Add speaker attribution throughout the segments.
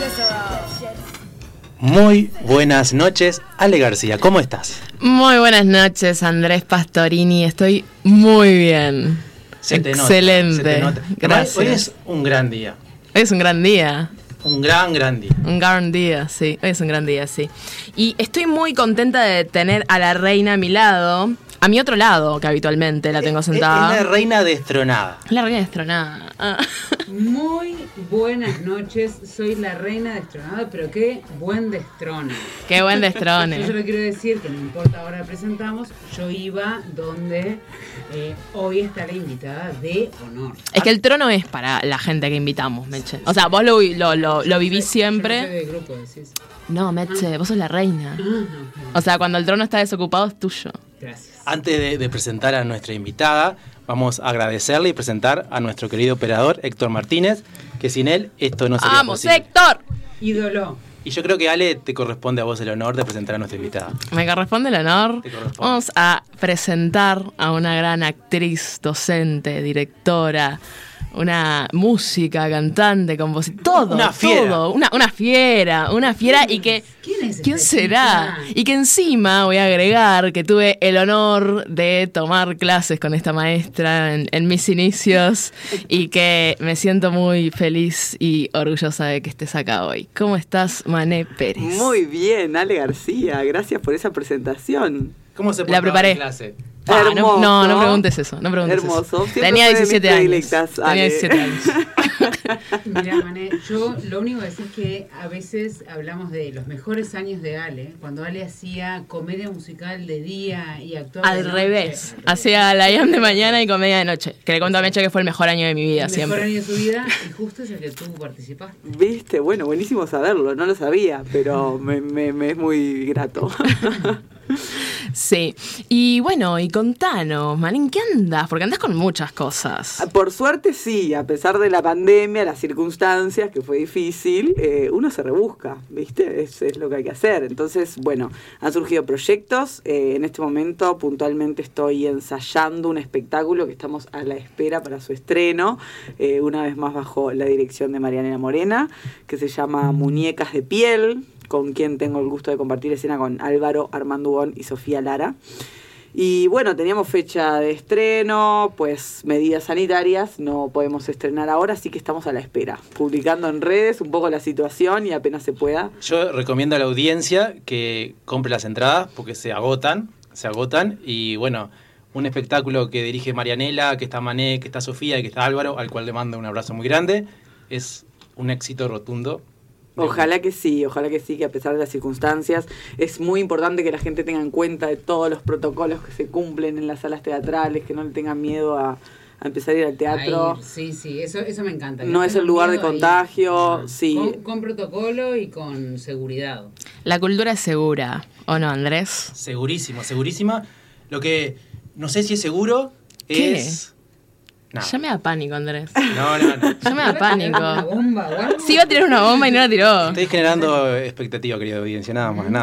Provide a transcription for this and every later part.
Speaker 1: Muy buenas noches, Ale García, ¿cómo estás?
Speaker 2: Muy buenas noches, Andrés Pastorini, estoy muy bien. Excelente.
Speaker 1: Se te nota.
Speaker 2: Gracias.
Speaker 1: Hoy es un gran día.
Speaker 2: Hoy es un gran día.
Speaker 1: Un gran día.
Speaker 2: Un gran día, sí. Hoy es un gran día, sí. Y estoy muy contenta de tener a la reina a mi lado. A mi otro lado, que habitualmente la tengo sentada.
Speaker 1: Es la reina destronada.
Speaker 2: La reina destronada.
Speaker 3: Muy buenas noches, soy la reina destronada, pero qué buen destrone.
Speaker 2: Qué buen destrone.
Speaker 3: Yo solo quiero decir que no importa, ahora presentamos, yo iba donde hoy está la invitada de honor.
Speaker 2: Es que el trono es para la gente que invitamos, Meche. O sea, vos lo vivís siempre.
Speaker 3: Yo no soy de grupo, decís.
Speaker 2: No, Meche, vos sos la reina. O sea, cuando el trono está desocupado es tuyo.
Speaker 3: Gracias.
Speaker 1: Antes de presentar a nuestra invitada, vamos a agradecerle y presentar a nuestro querido operador Héctor Martínez, que sin él esto no sería posible.
Speaker 2: ¡Vamos, Héctor!
Speaker 3: Ídolo.
Speaker 1: Y yo creo que, Ale, te corresponde a vos el honor de presentar a nuestra invitada.
Speaker 2: Me corresponde el honor.
Speaker 1: Te corresponde.
Speaker 2: Vamos a presentar a una gran actriz, docente, directora, una música, cantante, compositora, todo.
Speaker 1: Una fiera.
Speaker 2: Todo. Una fiera y que... ¿Quién será? Y que encima voy a agregar que tuve el honor de tomar clases con esta maestra en mis inicios y que me siento muy feliz y orgullosa de que estés acá hoy. ¿Cómo estás, Mané Pérez?
Speaker 4: Muy bien, Ale García, gracias por esa presentación.
Speaker 1: ¿Cómo se
Speaker 2: La preparé.
Speaker 1: en clase?
Speaker 4: Hermoso.
Speaker 2: No preguntes eso, no preguntes
Speaker 4: Hermoso.
Speaker 2: eso. Tenía 17 años.
Speaker 4: Ale.
Speaker 2: Tenía 17 años.
Speaker 3: Mira, Mané, yo lo único que decir es que a veces hablamos de los mejores años de Ale, cuando Ale hacía comedia musical de día y actuaba
Speaker 2: Al revés. Hacía la IAM de mañana y comedia de noche. Que le cuento a Mecha que fue el mejor año de mi vida,
Speaker 3: el
Speaker 2: siempre.
Speaker 3: mejor año de su vida y justo es el que tú participaste.
Speaker 4: Viste, bueno, buenísimo saberlo, no lo sabía, pero me es muy grato.
Speaker 2: Sí. Y bueno, y contanos, man, ¿en qué andas? Porque andás con muchas cosas.
Speaker 4: Por suerte sí, a pesar de la pandemia, las circunstancias, que fue difícil, uno se rebusca, ¿viste? Es lo que hay que hacer. Entonces, bueno, han surgido proyectos. En este momento, puntualmente, estoy ensayando un espectáculo que estamos a la espera para su estreno, una vez más bajo la dirección de Marianela Morena, que se llama Muñecas de Piel, con quien tengo el gusto de compartir escena con Álvaro Armandugón y Sofía Lara. Y bueno, teníamos fecha de estreno, pues medidas sanitarias, no podemos estrenar ahora, así que estamos a la espera, publicando en redes un poco la situación y apenas se pueda.
Speaker 1: Yo recomiendo a la audiencia que compre las entradas porque se agotan y bueno, un espectáculo que dirige Marianela, que está Mané, que está Sofía y que está Álvaro, al cual le mando un abrazo muy grande, es un éxito rotundo.
Speaker 4: Ojalá que sí, que a pesar de las circunstancias, es muy importante que la gente tenga en cuenta de todos los protocolos que se cumplen en las salas teatrales, que no le tengan miedo a empezar a ir al teatro.
Speaker 3: Ay, sí, eso me encanta.
Speaker 4: No es el lugar de contagio, sí.
Speaker 3: Con protocolo y con seguridad.
Speaker 2: La cultura es segura, ¿o no, Andrés?
Speaker 1: Segurísima. Lo que no sé si es seguro
Speaker 2: ¿Qué?
Speaker 1: es... Nada.
Speaker 2: Ya me da pánico, Andrés.
Speaker 1: No.
Speaker 2: Ya me da pánico.
Speaker 3: ¿Una bomba o algo?
Speaker 2: Sí, iba a tirar una bomba y no la tiró.
Speaker 1: Estoy generando expectativa, querida audiencia, nada más.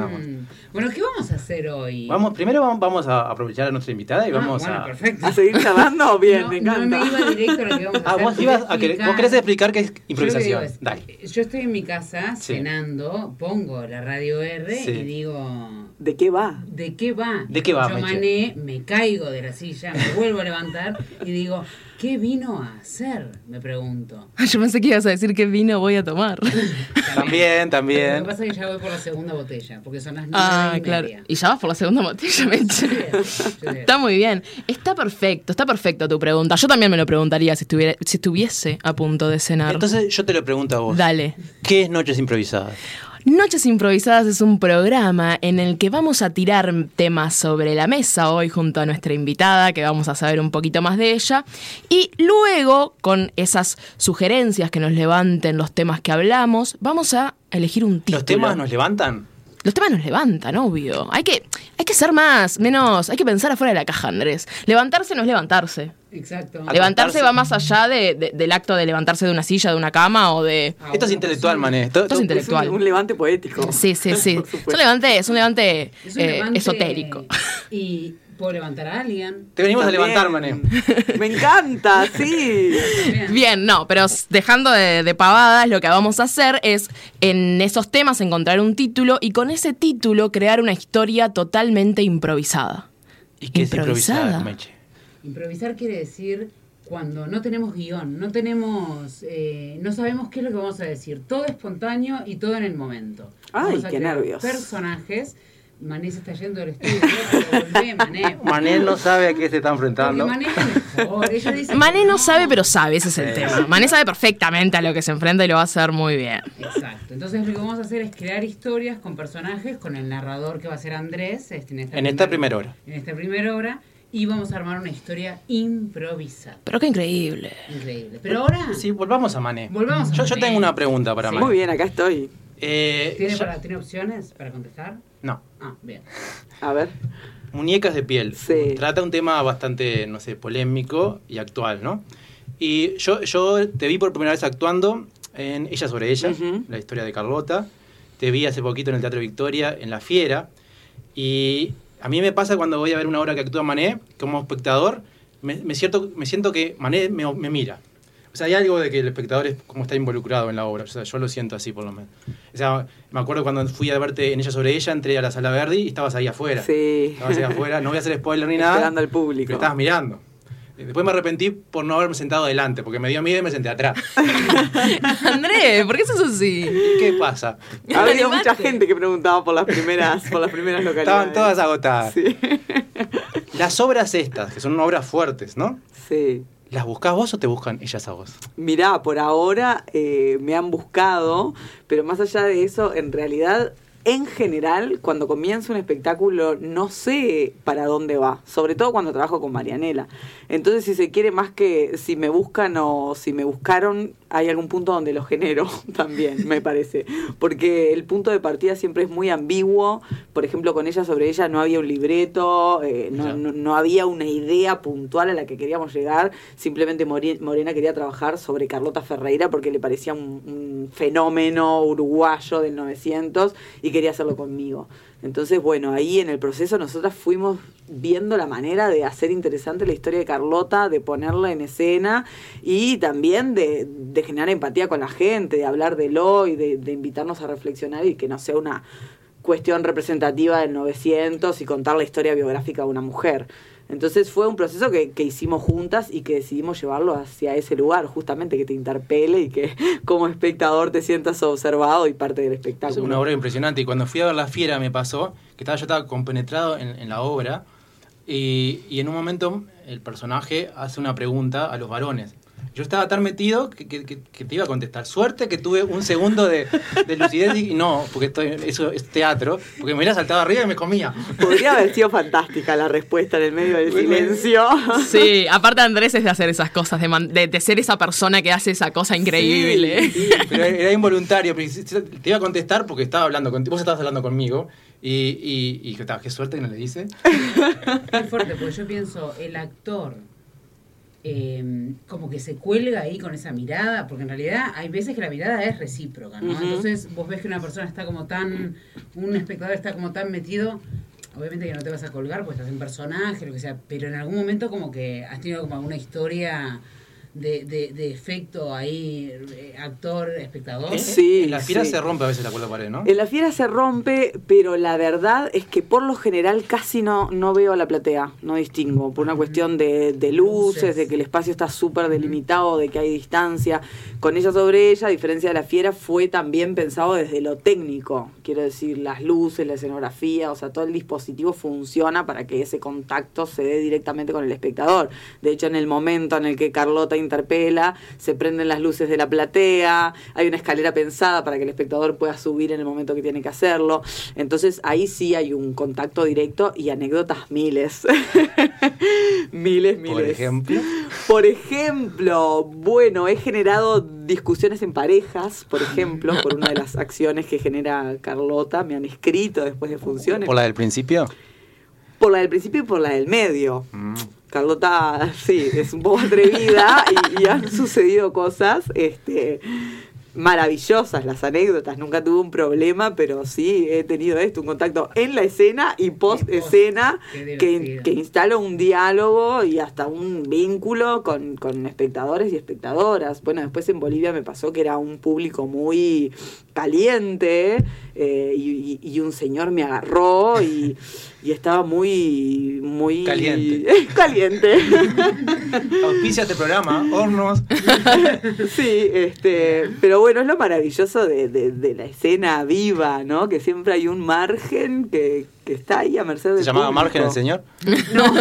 Speaker 3: Bueno, ¿qué vamos a hacer hoy?
Speaker 1: Primero vamos a aprovechar a nuestra invitada y vamos a...
Speaker 3: Perfecto.
Speaker 4: ¿A seguir charlando? Bien, me encanta.
Speaker 3: No me iba directo a lo que vamos a hacer.
Speaker 1: Vos querés explicar qué es improvisación.
Speaker 3: Dale. Yo estoy en mi casa cenando, pongo la radio R
Speaker 1: Sí.
Speaker 3: y digo...
Speaker 4: ¿De qué va?
Speaker 3: ¿De qué va?
Speaker 1: ¿De qué va,
Speaker 3: Yo
Speaker 1: Meche?
Speaker 3: Mané, me caigo de la silla, me vuelvo a levantar y digo, ¿qué vino a hacer? Me pregunto.
Speaker 2: Yo pensé que ibas a decir qué vino voy a tomar.
Speaker 1: También.
Speaker 3: Pero lo que pasa es que ya voy por la segunda botella, porque son las 9:30.
Speaker 2: Ah, claro. Y ya vas por la segunda botella, Meche. Está muy bien. Está perfecto tu pregunta. Yo también me lo preguntaría si estuviese a punto de cenar.
Speaker 1: Entonces yo te lo pregunto a vos.
Speaker 2: Dale.
Speaker 1: ¿Qué es Noches Improvisadas?
Speaker 2: Noches Improvisadas es un programa en el que vamos a tirar temas sobre la mesa hoy junto a nuestra invitada, que vamos a saber un poquito más de ella. Y luego, con esas sugerencias que nos levanten los temas que hablamos, vamos a elegir un título.
Speaker 1: ¿Los temas nos levantan?
Speaker 2: Los temas nos levantan, obvio. Hay que ser menos, hay que pensar afuera de la caja, Andrés. Levantarse no es levantarse.
Speaker 3: Exacto.
Speaker 2: Levantarse va más allá del acto de levantarse de una silla, de una cama o de...
Speaker 1: Esto es intelectual, Mané.
Speaker 2: Esto es intelectual.
Speaker 4: Un levante poético.
Speaker 2: Sí. Es un levante esotérico.
Speaker 3: Y ¿Puedo levantar a alguien?
Speaker 1: Te venimos
Speaker 4: También.
Speaker 1: a levantar, Mané.
Speaker 4: Me encanta, sí.
Speaker 2: Bien, no, pero dejando de pavadas, lo que vamos a hacer es en esos temas encontrar un título y con ese título crear una historia totalmente improvisada.
Speaker 1: ¿Y qué es improvisar, Meche?
Speaker 3: Improvisar quiere decir cuando no tenemos guión, no tenemos, no sabemos qué es lo que vamos a decir. Todo espontáneo y todo en el momento.
Speaker 4: Ay,
Speaker 3: Vamos a
Speaker 4: qué
Speaker 3: crear
Speaker 4: nervios.
Speaker 3: Personajes. Mané se está yendo del estudio, pero volvé, Mané.
Speaker 1: Mané no sabe a qué se está enfrentando.
Speaker 3: Porque Mané es mejor. Ella dice
Speaker 2: Mané
Speaker 3: que
Speaker 2: no sabe, pero sabe, ese es el tema. Mané sabe perfectamente a lo que se enfrenta y lo va a hacer muy bien.
Speaker 3: Exacto. Entonces lo que vamos a hacer es crear historias con personajes, con el narrador que va a ser Andrés.
Speaker 1: En esta primera hora.
Speaker 3: En esta primera hora. Y vamos a armar una historia improvisada.
Speaker 2: Pero qué increíble.
Speaker 3: Increíble. Pero ahora...
Speaker 1: Sí, volvamos a Mané.
Speaker 3: Volvamos a
Speaker 1: Yo
Speaker 3: Mané.
Speaker 1: tengo una pregunta para
Speaker 3: Sí.
Speaker 1: Mané.
Speaker 4: Muy bien, acá estoy.
Speaker 3: ¿Tiene opciones para contestar?
Speaker 1: No.
Speaker 3: Ah, bien.
Speaker 4: A ver.
Speaker 1: Muñecas de piel.
Speaker 4: Sí.
Speaker 1: Trata un tema bastante, no sé, polémico y actual, ¿no? Y yo te vi por primera vez actuando en Ella sobre ella,
Speaker 4: Ujú.
Speaker 1: la historia de Carlota. Te vi hace poquito en el Teatro Victoria, en La Fiera. Y a mí me pasa cuando voy a ver una obra que actúa Mané, como espectador, me siento que Mané me mira. O sea, hay algo de que el espectador es como está involucrado en la obra. O sea, yo lo siento así, por lo menos. O sea, me acuerdo cuando fui a verte en Ella sobre ella, entré a la Sala Verdi y estabas ahí afuera.
Speaker 4: Sí.
Speaker 1: Estabas ahí afuera, no voy a hacer spoiler ni nada.
Speaker 4: Esperando al público.
Speaker 1: Me estabas mirando. Después me arrepentí por no haberme sentado adelante, porque me dio miedo y me senté atrás.
Speaker 2: Andrés, ¿por qué sos así?
Speaker 1: ¿Qué pasa?
Speaker 4: Ha habido
Speaker 2: Animate.
Speaker 4: mucha gente que preguntaba por las primeras localidades.
Speaker 1: Estaban todas agotadas.
Speaker 4: Sí.
Speaker 1: Las obras estas, que son obras fuertes, ¿no?
Speaker 4: Sí.
Speaker 1: ¿Las buscás vos o te buscan ellas a vos?
Speaker 4: Mirá, por ahora me han buscado, pero más allá de eso, en realidad, en general, cuando comienza un espectáculo, no sé para dónde va, sobre todo cuando trabajo con Marianela. Entonces, si se quiere, más que si me buscan o si me buscaron, hay algún punto donde lo genero también, me parece. Porque el punto de partida siempre es muy ambiguo. Por ejemplo, con Ella sobre ella no había un libreto, no había una idea puntual a la que queríamos llegar. Simplemente Morena quería trabajar sobre Carlota Ferreira porque le parecía un fenómeno uruguayo del 900 y quería hacerlo conmigo. Entonces, bueno, ahí en el proceso nosotras fuimos viendo la manera de hacer interesante la historia de Carlota, de ponerla en escena y también de generar empatía con la gente, de hablar de lo y de invitarnos a reflexionar y que no sea una cuestión representativa del 900 y contar la historia biográfica de una mujer. Entonces fue un proceso que hicimos juntas y que decidimos llevarlo hacia ese lugar, justamente que te interpele y que como espectador te sientas observado y parte del
Speaker 1: Es
Speaker 4: espectáculo.
Speaker 1: una obra impresionante. Y cuando fui a ver La Fiera me pasó que yo estaba compenetrado en la obra y en un momento el personaje hace una pregunta a los varones. Yo estaba tan metido que te iba a contestar. Suerte que tuve un segundo de lucidez y no, porque eso es teatro, porque me hubiera saltado arriba y me comía.
Speaker 4: Podría haber sido fantástica la respuesta en el medio del silencio.
Speaker 2: Sí, aparte Andrés es de hacer esas cosas, de ser esa persona que hace esa cosa increíble.
Speaker 1: Sí, pero era involuntario. Te iba a contestar porque estaba hablando contigo, vos estabas hablando conmigo y qué suerte que no le dice.
Speaker 3: Es fuerte, porque yo pienso, el actor como que se cuelga ahí con esa mirada, porque en realidad hay veces que la mirada es recíproca, ¿no?
Speaker 4: Uh-huh.
Speaker 3: Entonces vos ves que una persona está como un espectador está como tan metido, obviamente que no te vas a colgar porque estás en personaje, lo que sea, pero en algún momento como que has tenido como alguna historia de efecto ahí, actor, espectador.
Speaker 4: Sí,
Speaker 1: En La Fiera
Speaker 4: sí.
Speaker 1: se rompe a veces la cuarta pared, ¿no?
Speaker 4: En La Fiera se rompe, pero la verdad es que por lo general casi no veo a la platea, no distingo, por una cuestión de luces, de que el espacio está súper delimitado, de que hay distancia. Con Ella sobre ella, a diferencia de La Fiera, fue también pensado desde lo técnico, quiero decir, las luces, la escenografía, o sea, todo el dispositivo funciona para que ese contacto se dé directamente con el espectador. De hecho, en el momento en el que Carlota interpela, se prenden las luces de la platea, hay una escalera pensada para que el espectador pueda subir en el momento que tiene que hacerlo. Entonces ahí sí hay un contacto directo y anécdotas miles. miles. Por ejemplo, bueno, he generado discusiones en parejas, por ejemplo, por una de las acciones que genera Carlota. Me han escrito después de funciones.
Speaker 1: ¿Por la del principio?
Speaker 4: Por la del principio y por la del medio. Carlota, sí, es un poco atrevida y han sucedido cosas, maravillosas las anécdotas, nunca tuve un problema, pero sí he tenido un contacto en la escena y post escena que instala un diálogo y hasta un vínculo con espectadores y espectadoras. Bueno, después en Bolivia me pasó que era un público muy caliente, y un señor me agarró y estaba muy
Speaker 1: caliente. Auspicia este programa, hornos.
Speaker 4: Sí, pero bueno, es lo maravilloso de la escena viva, ¿no? Que siempre hay un margen que está ahí a merced del
Speaker 1: ¿Se llamaba
Speaker 4: público.
Speaker 1: margen el señor?
Speaker 4: No.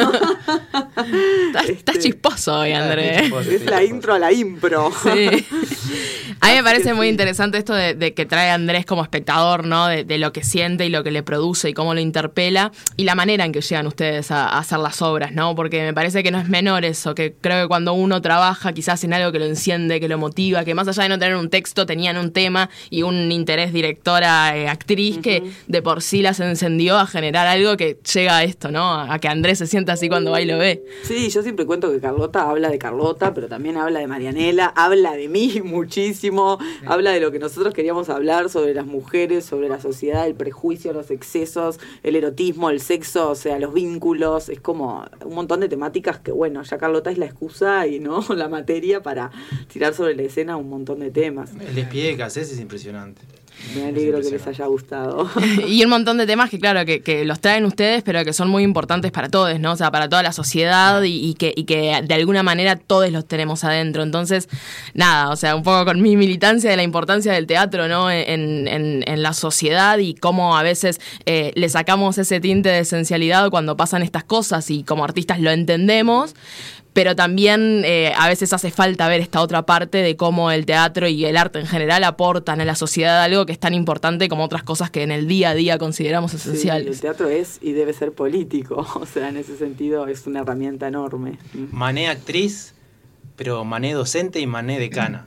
Speaker 2: Estás chisposo hoy, Andrés.
Speaker 4: Es la intro a la impro.
Speaker 2: Sí. A mí me parece muy interesante esto de que trae Andrés como espectador, ¿no? De lo que siente y lo que le produce y cómo lo interpela y la manera en que llegan ustedes a hacer las obras, ¿no? Porque me parece que no es menor eso, que creo que cuando uno trabaja quizás en algo que lo enciende, que lo motiva, que más allá de no tener un texto, tenían un tema y un interés directora, actriz, que de por sí las encendió a generar algo que llega a esto, ¿no? A que Andrés se sienta así cuando va y lo ve.
Speaker 4: Sí, yo siempre cuento que Carlota habla de Carlota, pero también habla de Marianela, habla de mí muchísimo, habla de lo que nosotros queríamos hablar sobre las mujeres, sobre la sociedad, el prejuicio, los excesos, el erotismo, el sexo, o sea, los vínculos, es como un montón de temáticas que, bueno, ya Carlota es la excusa y no la materia para tirar sobre la escena un montón de temas.
Speaker 1: El despliegue que haces es impresionante.
Speaker 4: Me alegro que les haya gustado.
Speaker 2: Y un montón de temas que, claro, que los traen ustedes, pero que son muy importantes para todos, ¿no? O sea, para toda la sociedad y que de alguna manera todos los tenemos adentro. Entonces, nada, o sea, un poco con mi militancia de la importancia del teatro, ¿no? En la sociedad y cómo a veces le sacamos ese tinte de esencialidad cuando pasan estas cosas y como artistas lo entendemos. Pero también a veces hace falta ver esta otra parte de cómo el teatro y el arte en general aportan a la sociedad algo que es tan importante como otras cosas que en el día a día consideramos esenciales.
Speaker 4: Sí, el teatro es y debe ser político, o sea, en ese sentido es una herramienta enorme.
Speaker 1: Mané actriz, pero Mané docente y Mané decana.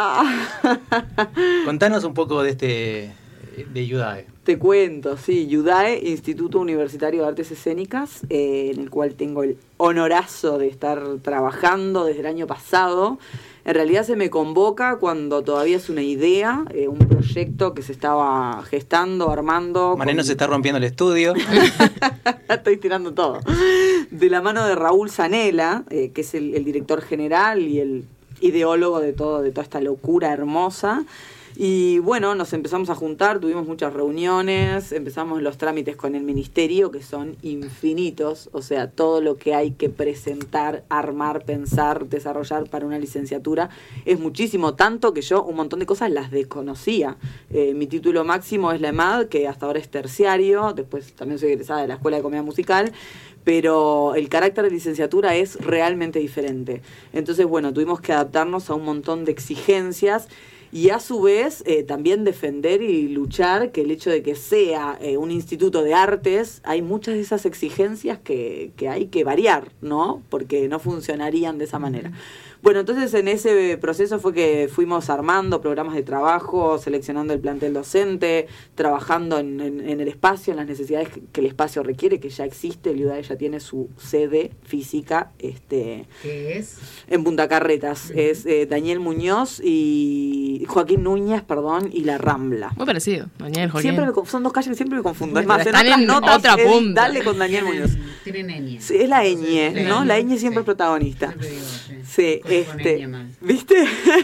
Speaker 1: Contanos un poco de Yudae.
Speaker 4: Te cuento, sí, Yudae, Instituto Universitario de Artes Escénicas, en el cual tengo el honorazo de estar trabajando desde el año pasado. En realidad se me convoca cuando todavía es una idea, un proyecto que se estaba gestando, armando.
Speaker 1: Mané nos está rompiendo el estudio.
Speaker 4: Estoy tirando todo. De la mano de Raúl Zanella, que es el director general y el ideólogo de toda esta locura hermosa. Y bueno, nos empezamos a juntar, tuvimos muchas reuniones, empezamos los trámites con el ministerio, que son infinitos, o sea, todo lo que hay que presentar, armar, pensar, desarrollar para una licenciatura es muchísimo, tanto que yo un montón de cosas las desconocía. Mi título máximo es la EMAD, que hasta ahora es terciario, después también soy egresada de la Escuela de Comedia Musical, pero el carácter de licenciatura es realmente diferente. Entonces, bueno, tuvimos que adaptarnos a un montón de exigencias y a su vez también defender y luchar que el hecho de que sea un instituto de artes, hay muchas de esas exigencias que hay que variar, ¿no? Porque no funcionarían de esa manera. Bueno, entonces en ese proceso fue que fuimos armando programas de trabajo, seleccionando el plantel docente, trabajando en el espacio, en las necesidades que el espacio requiere, que ya existe. El Yudae ya tiene su sede física. ¿Qué
Speaker 3: es?
Speaker 4: En Punta Carretas. Es Daniel Muñoz y Joaquín Núñez, y La Rambla.
Speaker 2: Muy parecido, Daniel, Joaquín.
Speaker 4: Son dos calles que siempre me confundo. Es
Speaker 2: más, están en otra punta.
Speaker 4: Dale con Daniel Muñoz.
Speaker 3: Tienen ñ.
Speaker 4: Sí, es la ñ, ¿no? La ñ siempre es protagonista. Sí. ¿Viste?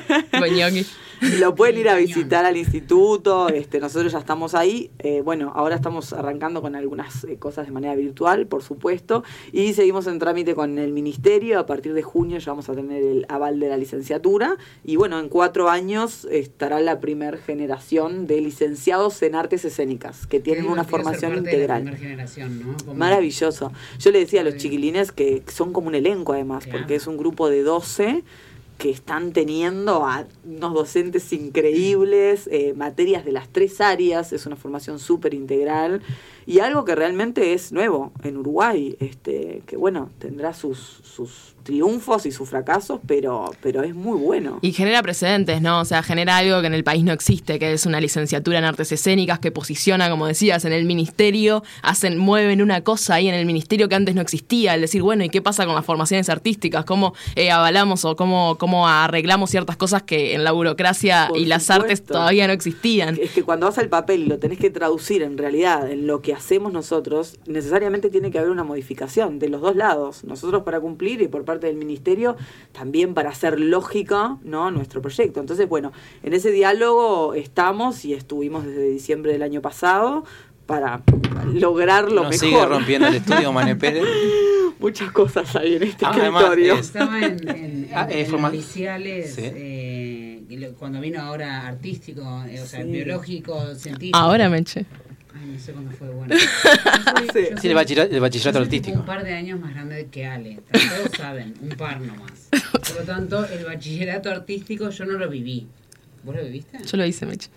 Speaker 4: Lo pueden ir a visitar al instituto, nosotros ya estamos ahí, bueno, ahora estamos arrancando con algunas cosas de manera virtual, por supuesto, y seguimos en trámite con el ministerio. A partir de junio ya vamos a tener el aval de la licenciatura, y bueno, en 4 años estará la primer generación de licenciados en artes escénicas, que tienen una formación integral.
Speaker 3: De la primera generación, ¿no? Como...
Speaker 4: Maravilloso. Yo le decía a los chiquilines que son como un elenco además, claro, porque es un grupo de 12 que están teniendo a unos docentes increíbles, materias de las 3 áreas, es una formación súper integral y algo que realmente es nuevo en Uruguay, que bueno, tendrá sus triunfos y sus fracasos, pero es muy bueno.
Speaker 2: Y genera precedentes, ¿no? O sea, genera algo que en el país no existe, que es una licenciatura en artes escénicas que posiciona, como decías, en el ministerio, mueven una cosa ahí en el ministerio que antes no existía, el decir, bueno, ¿y qué pasa con las formaciones artísticas? ¿Cómo avalamos o cómo arreglamos ciertas cosas que en la burocracia
Speaker 4: Por
Speaker 2: y las
Speaker 4: supuesto.
Speaker 2: artes todavía no existían?
Speaker 4: Es que cuando vas al papel y lo tenés que traducir en realidad en lo que hacemos nosotros, necesariamente tiene que haber una modificación de los dos lados. Nosotros para cumplir y por parte del ministerio también para hacer lógica, ¿no?, nuestro proyecto. Entonces, bueno, en ese diálogo estamos y estuvimos desde diciembre del año pasado para lograr lo mejor.
Speaker 1: Sigue rompiendo el estudio Mané Pérez.
Speaker 4: Muchas cosas hay en este
Speaker 1: Además,
Speaker 4: escritorio.
Speaker 3: Estaba en
Speaker 1: formal.
Speaker 3: policiales,
Speaker 1: Sí.
Speaker 3: cuando vino ahora artístico, o sea,
Speaker 4: Sí.
Speaker 3: biológico, científico.
Speaker 2: Ahora me eché.
Speaker 3: Ay, no sé cuándo fue bueno.
Speaker 4: Sí.
Speaker 1: Sí, el bachillerato artístico.
Speaker 3: Un par de años más grande que Ale. Todos saben, un par nomás. Por lo tanto, el bachillerato artístico yo no lo viví. ¿Vos lo viviste?
Speaker 2: Yo lo hice, Meche.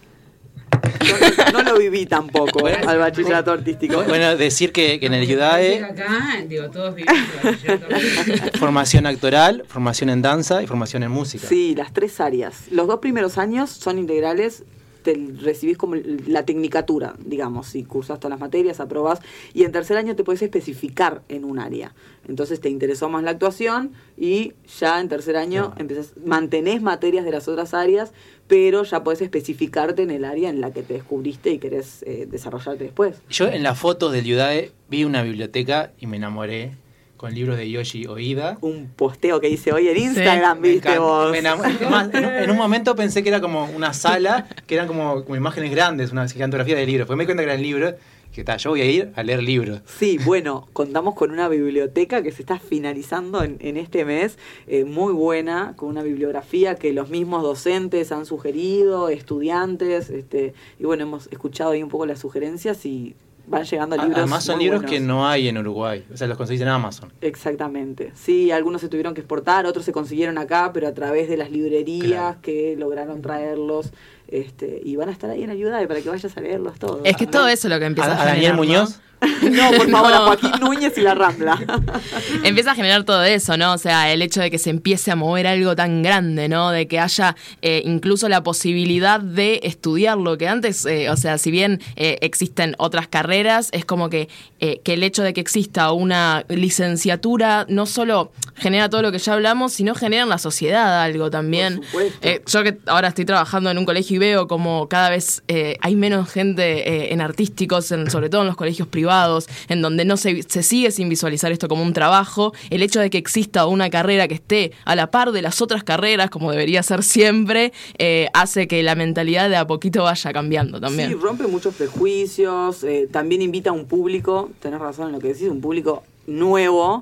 Speaker 4: Yo no lo viví tampoco, al bachillerato artístico.
Speaker 1: Bueno, decir que en el Yudae,
Speaker 3: Acá, digo, todos vivimos el bachillerato artístico.
Speaker 1: formación actoral, formación en danza y formación en música.
Speaker 4: Sí, las 3 áreas. Los 2 primeros años son integrales, te recibís como la tecnicatura, digamos, si cursas todas las materias, aprobás, y en tercer año te puedes especificar en un área. Entonces te interesó más la actuación y ya en tercer año mantenés materias de las otras áreas, pero ya podés especificarte en el área en la que te descubriste y querés desarrollarte después.
Speaker 1: Yo en las fotos del Yudae vi una biblioteca y me enamoré con libros de Yoshi Oida.
Speaker 4: Un posteo que hice hoy en Instagram,
Speaker 1: Me
Speaker 4: ¿viste
Speaker 1: encanta,
Speaker 4: vos?
Speaker 1: me enamoré. Además, en un momento pensé que era como una sala, que eran como imágenes grandes, una gigantografía de libros. Porque me di cuenta que eran libros, que yo voy a ir a leer libros.
Speaker 4: Sí, bueno, contamos con una biblioteca que se está finalizando en este mes, muy buena, con una bibliografía que los mismos docentes han sugerido, estudiantes, y bueno, hemos escuchado ahí un poco las sugerencias y van llegando libros.
Speaker 1: Además son
Speaker 4: muy
Speaker 1: libros
Speaker 4: buenos.
Speaker 1: que no hay en Uruguay, o sea, los conseguís en Amazon.
Speaker 4: Exactamente. Sí, algunos se tuvieron que exportar, otros se consiguieron acá, pero a través de las librerías
Speaker 1: Claro.
Speaker 4: que lograron traerlos, y van a estar ahí en Ayudae para que vayas a leerlos todos.
Speaker 2: Es que todo eso es lo que empieza
Speaker 1: A
Speaker 2: a
Speaker 1: Daniel
Speaker 2: generar, ¿no?
Speaker 1: Muñoz.
Speaker 4: No, por favor,
Speaker 2: No.
Speaker 4: a Joaquín Núñez y la Rambla.
Speaker 2: Empieza a generar todo eso, ¿no? O sea, el hecho de que se empiece a mover algo tan grande, ¿no? De que haya incluso la posibilidad de estudiarlo, que antes, o sea, si bien existen otras carreras, es como que el hecho de que exista una licenciatura no solo genera todo lo que ya hablamos, sino genera en la sociedad algo también.
Speaker 4: Por supuesto.
Speaker 2: Yo que ahora estoy trabajando en un colegio y veo como cada vez hay menos gente en artísticos, sobre todo en los colegios privados, en donde no se sigue sin visualizar esto como un trabajo. El hecho de que exista una carrera que esté a la par de las otras carreras, como debería ser siempre, hace que la mentalidad de a poquito vaya cambiando también.
Speaker 4: Sí, rompe muchos prejuicios, también invita a un público, tenés razón en lo que decís, un público nuevo,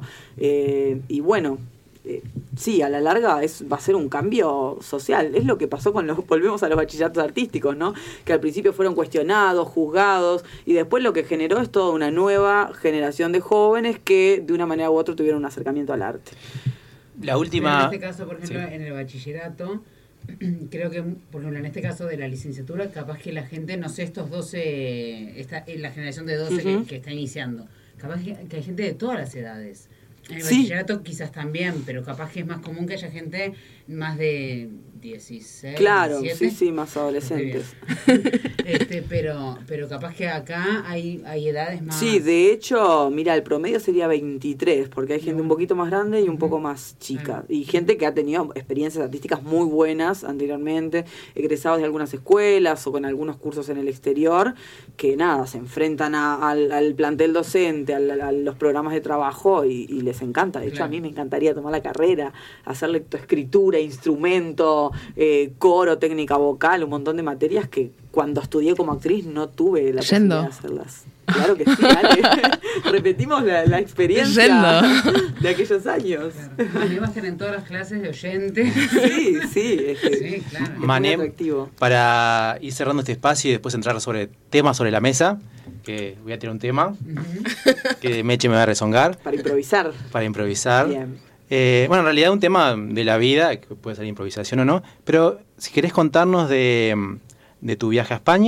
Speaker 4: y bueno, sí, a la larga va a ser un cambio social. Es lo que pasó volvemos a los bachilleratos artísticos, ¿no? Que al principio fueron cuestionados, juzgados, y después lo que generó es toda una nueva generación de jóvenes que de una manera u otra tuvieron un acercamiento al arte.
Speaker 1: La última...
Speaker 3: Pero en este caso, por ejemplo,
Speaker 1: Sí.
Speaker 3: en el bachillerato, creo que, por ejemplo, en este caso de la licenciatura, capaz que la gente, no sé, estos 12, la generación de 12
Speaker 4: Ujú.
Speaker 3: que está iniciando, capaz que hay gente de todas las edades. En el
Speaker 4: Sí.
Speaker 3: bachillerato quizás también, pero capaz que es más común que haya gente más de 16,
Speaker 4: Claro,
Speaker 3: 17.
Speaker 4: sí, más adolescentes.
Speaker 3: Pero capaz que acá hay edades más...
Speaker 4: Sí, de hecho, mira, el promedio sería 23, porque hay gente un poquito más grande y un poco más chica. Y gente que ha tenido experiencias artísticas muy buenas anteriormente, egresados de algunas escuelas o con algunos cursos en el exterior, que nada, se enfrentan al plantel docente, a los programas de trabajo y les encanta. De hecho,
Speaker 3: Claro.
Speaker 4: a mí me encantaría tomar la carrera, hacer lectoescritura, instrumento, coro, técnica vocal, un montón de materias que cuando estudié como actriz no tuve la
Speaker 2: Yendo.
Speaker 4: posibilidad de hacerlas. Claro que sí, dale. Repetimos la experiencia
Speaker 2: Yendo.
Speaker 4: de aquellos años.
Speaker 3: Claro. Bueno, iba a estar en todas las clases de oyente.
Speaker 4: Sí, es que
Speaker 3: Sí, claro.
Speaker 4: es muy
Speaker 1: Mané,
Speaker 4: atractivo.
Speaker 1: para ir cerrando este espacio y después entrar sobre temas sobre la mesa, que voy a tirar un tema,
Speaker 3: Ujú.
Speaker 1: que Meche me va a rezongar
Speaker 4: Para improvisar.
Speaker 1: para improvisar.
Speaker 4: Bien.
Speaker 1: Bueno, en realidad un tema de la vida, que puede ser improvisación o no, pero si querés contarnos de tu viaje a España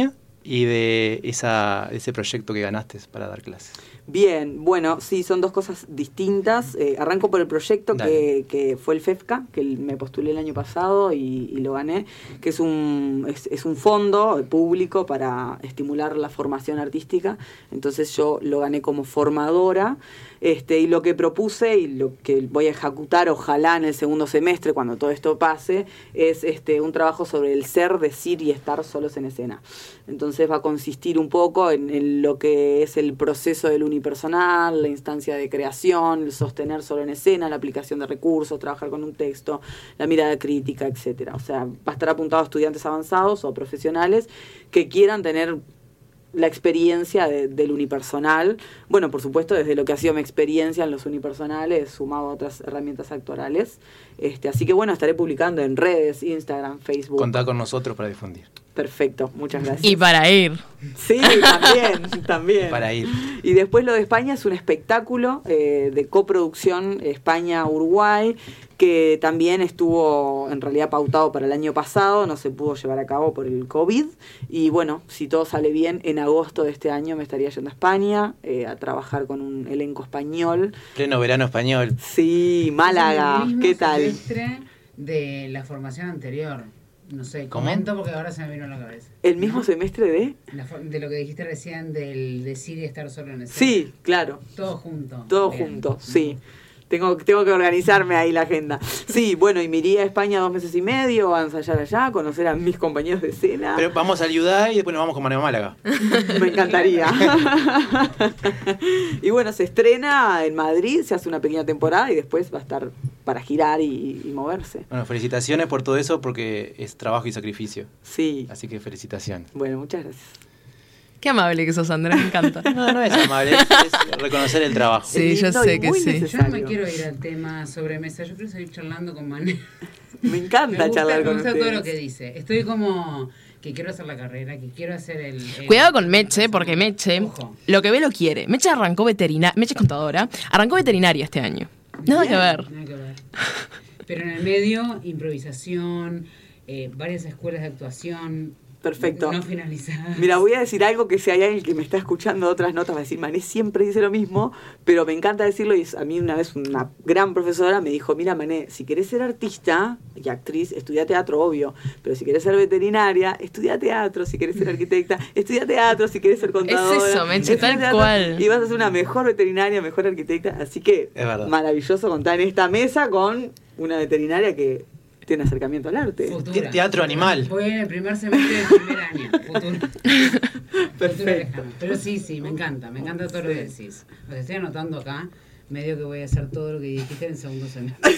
Speaker 1: y de ese proyecto que ganaste para dar clases?
Speaker 4: Bien, bueno, sí, son dos cosas distintas. Arranco por el proyecto que fue el FEFCA, que me postulé el año pasado y lo gané, que es un fondo público para estimular la formación artística. Entonces yo lo gané como formadora. Y lo que propuse y lo que voy a ejecutar ojalá en el segundo semestre cuando todo esto pase es un trabajo sobre el ser, decir y estar solos en escena. Entonces va a consistir un poco en lo que es el proceso del unipersonal, la instancia de creación, el sostener solo en escena, la aplicación de recursos, trabajar con un texto, la mirada crítica, etcétera. O sea, va a estar apuntado a estudiantes avanzados o profesionales que quieran tener la experiencia del unipersonal, bueno, por supuesto desde lo que ha sido mi experiencia en los unipersonales sumado a otras herramientas actorales, así que bueno, estaré publicando en redes, Instagram, Facebook.
Speaker 1: Contá con nosotros para difundir.
Speaker 4: Perfecto, muchas gracias.
Speaker 2: Y para ir.
Speaker 4: Sí, también.
Speaker 1: Para ir.
Speaker 4: Y después lo de España es un espectáculo de coproducción España-Uruguay, que también estuvo en realidad pautado para el año pasado, no se pudo llevar a cabo por el COVID, y bueno, si todo sale bien, en agosto de este año me estaría yendo a España a trabajar con un elenco español.
Speaker 1: Pleno verano español.
Speaker 4: Sí, Málaga, ¿qué tal?
Speaker 3: Semestre de la formación anterior. No sé, comento porque ahora se me vino a la cabeza.
Speaker 4: ¿El mismo semestre de?
Speaker 3: De lo que dijiste recién del decir y estar solo en escena.
Speaker 4: Sí, claro.
Speaker 3: Todo junto.
Speaker 4: Todo junto, sí. Tengo que organizarme ahí la agenda. Sí, bueno, y me iría a España 2 meses y medio a ensayar allá, conocer a mis compañeros de escena.
Speaker 1: Pero vamos a ayudar y después nos vamos con Mario Málaga.
Speaker 4: Me encantaría. Y bueno, se estrena en Madrid, se hace una pequeña temporada y después va a estar para girar y moverse.
Speaker 1: Bueno, felicitaciones por todo eso porque es trabajo y sacrificio.
Speaker 4: Sí.
Speaker 1: Así que felicitaciones.
Speaker 4: Bueno, muchas gracias.
Speaker 2: Qué amable que sos, Andrés, me encanta.
Speaker 1: No es amable, es reconocer el trabajo.
Speaker 2: Sí, yo sé que sí.
Speaker 3: Yo no me quiero ir al tema sobremesa, yo quiero seguir charlando con Mané.
Speaker 4: Me encanta charlar con ustedes.
Speaker 3: Me gusta todo lo que dice. Estoy como que quiero hacer la carrera, que quiero hacer el
Speaker 2: Cuidado con Meche, porque Meche,
Speaker 3: ojo,
Speaker 2: lo que ve lo quiere. Meche arrancó veterinaria, Meche es contadora, arrancó veterinaria este año. Nada que ver.
Speaker 3: Nada que ver. Pero en el medio, improvisación, varias escuelas de actuación.
Speaker 4: Perfecto.
Speaker 3: No finalizadas.
Speaker 4: Mira, voy a decir algo que si hay alguien que me está escuchando otras notas va a decir, Mané siempre dice lo mismo, pero me encanta decirlo y a mí una vez una gran profesora me dijo, mira Mané, si querés ser artista y actriz, estudia teatro, obvio, pero si querés ser veterinaria, estudia teatro, si querés ser arquitecta, estudia teatro, si querés ser contadora.
Speaker 2: Es eso, Meche, tal cual.
Speaker 4: Y vas a ser una mejor veterinaria, mejor arquitecta, así que maravilloso contar en esta mesa con una veterinaria que tiene acercamiento al arte.
Speaker 1: Teatro animal.
Speaker 3: Voy en el primer semestre del primer año.
Speaker 4: Perfecto.
Speaker 3: Pero sí, me encanta todo lo que decís. Lo estoy anotando acá, medio que voy a hacer todo lo que dijiste en el segundo semestre.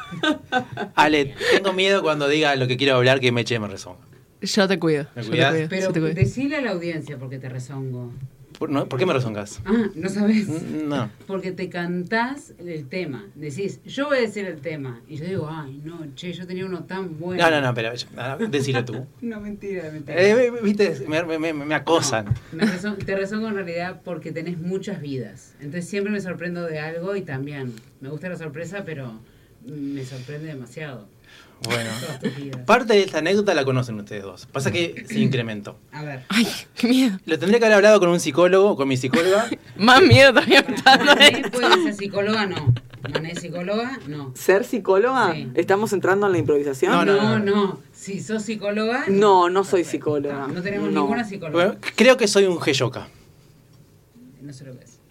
Speaker 1: Ale, tengo miedo cuando diga lo que quiero hablar que Meche me rezonga.
Speaker 2: Yo te cuido.
Speaker 1: ¿Me cuidás?
Speaker 3: Pero decile a la audiencia porque te rezongo.
Speaker 1: ¿Por qué me rezongas?
Speaker 3: Ah, ¿no sabes?
Speaker 1: No.
Speaker 3: Porque te cantás el tema. Decís, yo voy a decir el tema. Y yo digo, ay, no, che, yo tenía uno tan bueno.
Speaker 1: No, pero decilo tú.
Speaker 3: No, mentira.
Speaker 1: Viste, me acosan.
Speaker 3: No, te rezongo en realidad porque tenés muchas vidas. Entonces siempre me sorprendo de algo y también me gusta la sorpresa, pero me sorprende demasiado.
Speaker 1: Bueno, parte de esta anécdota la conocen ustedes dos. Pasa que se incrementó.
Speaker 3: A ver.
Speaker 2: Ay, qué miedo.
Speaker 1: Lo tendría que haber hablado con un psicólogo, con mi psicóloga.
Speaker 2: Más miedo todavía me está dando
Speaker 3: Mané
Speaker 2: esto.
Speaker 3: puede ser psicóloga, no. Mané psicóloga, no.
Speaker 4: ¿Ser psicóloga?
Speaker 3: Sí.
Speaker 4: ¿Estamos entrando en la improvisación?
Speaker 3: No. Si sos psicóloga...
Speaker 4: No soy psicóloga.
Speaker 3: No tenemos ninguna psicóloga.
Speaker 1: Bueno, creo que soy un G-Yoka.
Speaker 3: No sé lo que es.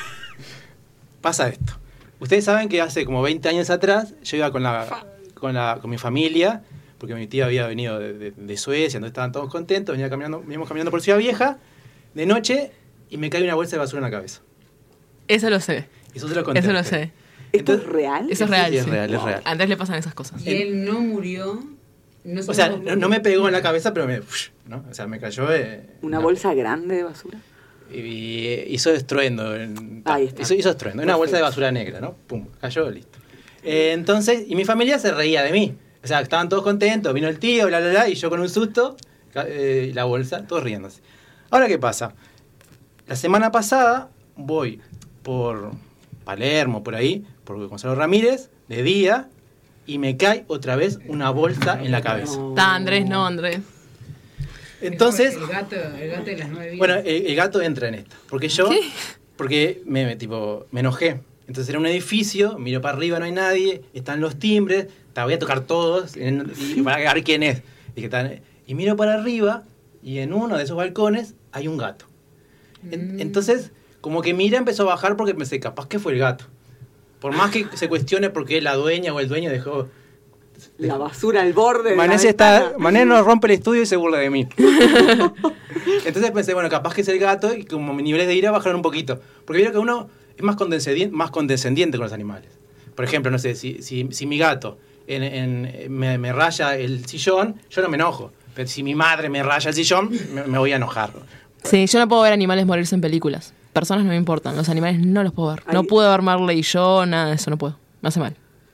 Speaker 1: Pasa esto. Ustedes saben que hace como 20 años atrás yo iba con mi familia, porque mi tía había venido de Suecia, entonces estaban todos contentos, veníamos caminando por Ciudad Vieja, de noche, y me cae una bolsa de basura en la cabeza.
Speaker 2: Eso lo sé.
Speaker 1: Eso se lo conté.
Speaker 2: Eso lo sé.
Speaker 4: ¿Esto es real?
Speaker 2: Eso es real.
Speaker 1: Sí, es
Speaker 2: sí.
Speaker 1: real, es real.
Speaker 2: A Andrés le pasan esas cosas.
Speaker 3: Y él no murió...
Speaker 1: O sea, no me pegó en la cabeza, pero ¿no? O sea, me cayó...
Speaker 4: ¿Una bolsa grande de basura?
Speaker 1: Y hizo estruendo.
Speaker 4: Ahí está.
Speaker 1: Hizo estruendo. Una bolsa de basura negra, ¿no? Pum, cayó, listo. Entonces, y mi familia se reía de mí. O sea, estaban todos contentos, vino el tío, y yo con un susto, la bolsa, todos riéndose. Ahora, ¿qué pasa? La semana pasada voy por Palermo, por ahí, por Gonzalo Ramírez, de día, y me cae otra vez una bolsa en la cabeza.
Speaker 2: Andrés.
Speaker 1: Entonces,
Speaker 3: El gato de las 9 vidas.
Speaker 1: bueno, el gato entra en esto. Porque yo,
Speaker 2: ¿Qué?
Speaker 1: porque me enojé. Entonces era un edificio, miro para arriba, no hay nadie, están los timbres, voy a tocar todos y para ver quién es. Y miro para arriba y en uno de esos balcones hay un gato. Entonces, como que Mira empezó a bajar porque pensé, capaz que fue el gato. Por más que se cuestione por qué la dueña o el dueño dejó...
Speaker 4: La basura al borde de
Speaker 1: Mané nos rompe el estudio y se burla de mí. Entonces pensé, bueno, capaz que es el gato y como mis niveles de ira bajaron un poquito. Porque veo que uno es más condescendiente con los animales. Por ejemplo, no sé, si mi gato me raya el sillón, yo no me enojo. Pero si mi madre me raya el sillón, me voy a enojar.
Speaker 2: Sí, yo no puedo ver animales morirse en películas. Personas no me importan, los animales no los puedo ver. No puedo ver Marley y yo, nada de eso, no puedo. Me hace mal.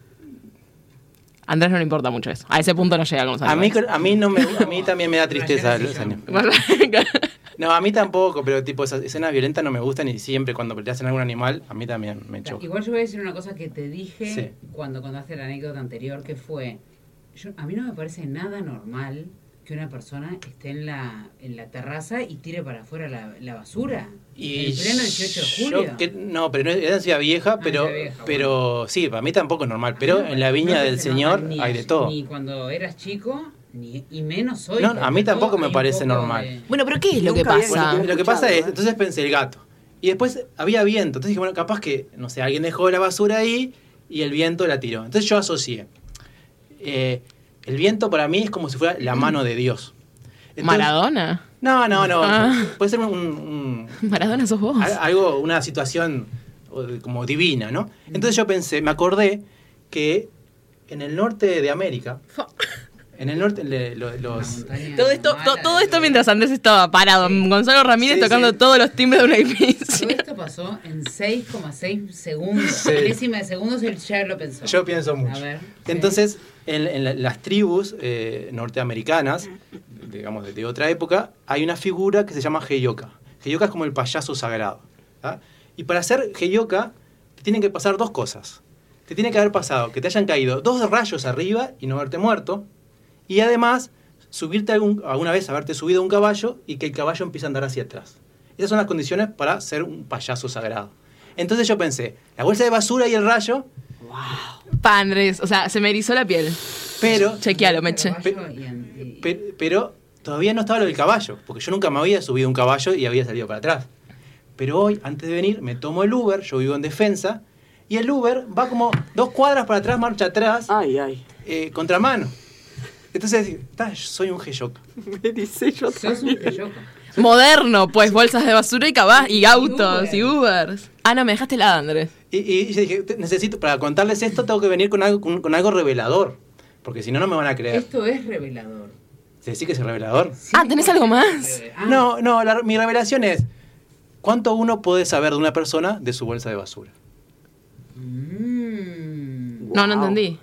Speaker 2: A Andrés no le importa mucho eso. A ese punto no llega con los animales.
Speaker 1: A mí también me da tristeza los animales. No, a mí tampoco, pero tipo esas escenas violentas no me gustan y siempre cuando te hacen algún animal, a mí también me choca.
Speaker 3: Igual yo voy a decir una cosa que te dije cuando contaste la anécdota anterior, que fue, a mí no me parece nada normal que una persona esté en la terraza y tire para afuera la basura.
Speaker 1: Y
Speaker 3: en pleno 18 de julio.
Speaker 1: No, pero no era en Ciudad Vieja, pero sí, para mí tampoco es normal. Pero en la Viña del Señor hay de todo.
Speaker 3: Ni cuando eras chico, y menos hoy.
Speaker 1: No, a mí tampoco me parece normal.
Speaker 2: Bueno, pero ¿qué es lo que pasa?
Speaker 1: Bueno, lo que pasa es, entonces pensé el gato. Y después había viento. Entonces dije, bueno, capaz que, no sé, alguien dejó la basura ahí y el viento la tiró. Entonces yo asocié. El viento para mí es como si fuera la mano de Dios. Entonces,
Speaker 2: ¿Maradona?
Speaker 1: No.
Speaker 2: Ah.
Speaker 1: Puede ser
Speaker 2: Maradona sos vos.
Speaker 1: Una situación como divina, ¿no? Entonces yo pensé, me acordé que en el norte de América, en el norte,
Speaker 2: Todo esto mientras Andrés estaba parado. Gonzalo Ramírez tocando todos los timbres de un edificio.
Speaker 3: Todo esto pasó en 6,6 segundos. Décima de segundos él ya lo pensó.
Speaker 1: Yo pienso mucho.
Speaker 3: A ver,
Speaker 1: entonces, en las tribus norteamericanas, digamos de otra época, hay una figura que se llama Heyoka. Heyoka es como el payaso sagrado. ¿tá? Y para ser Heyoka, te tienen que pasar dos cosas. Te tiene que haber pasado que te hayan caído 2 rayos arriba y no haberte muerto. Y además, subirte alguna vez, haberte subido a un caballo y que el caballo empiece a andar hacia atrás. Esas son las condiciones para ser un payaso sagrado. Entonces yo pensé, la bolsa de basura y el rayo...
Speaker 2: ¡Wow! Pa, Andrés, o sea, se me erizó la piel.
Speaker 1: Pero...
Speaker 2: Chequealo, Meche.
Speaker 1: Pero todavía no estaba lo del caballo, porque yo nunca me había subido a un caballo y había salido para atrás. Pero hoy, antes de venir, me tomo el Uber, yo vivo en Defensa, y el Uber va como 2 cuadras para atrás, marcha atrás, contramano. Entonces, soy un Heyoka.
Speaker 4: Me dice yo también.
Speaker 2: Moderno, pues, bolsas de basura y autos y Ubers. Ah, no, me dejaste helada, Andrés.
Speaker 1: Y yo dije, necesito, para contarles esto, tengo que venir con algo revelador. Porque si no, no me van a creer.
Speaker 3: Esto es revelador.
Speaker 1: ¿Se dice que es revelador?
Speaker 3: Sí,
Speaker 2: ¿tenés algo más?
Speaker 1: No, mi revelación es, ¿cuánto uno puede saber de una persona de su bolsa de basura?
Speaker 2: No entendí.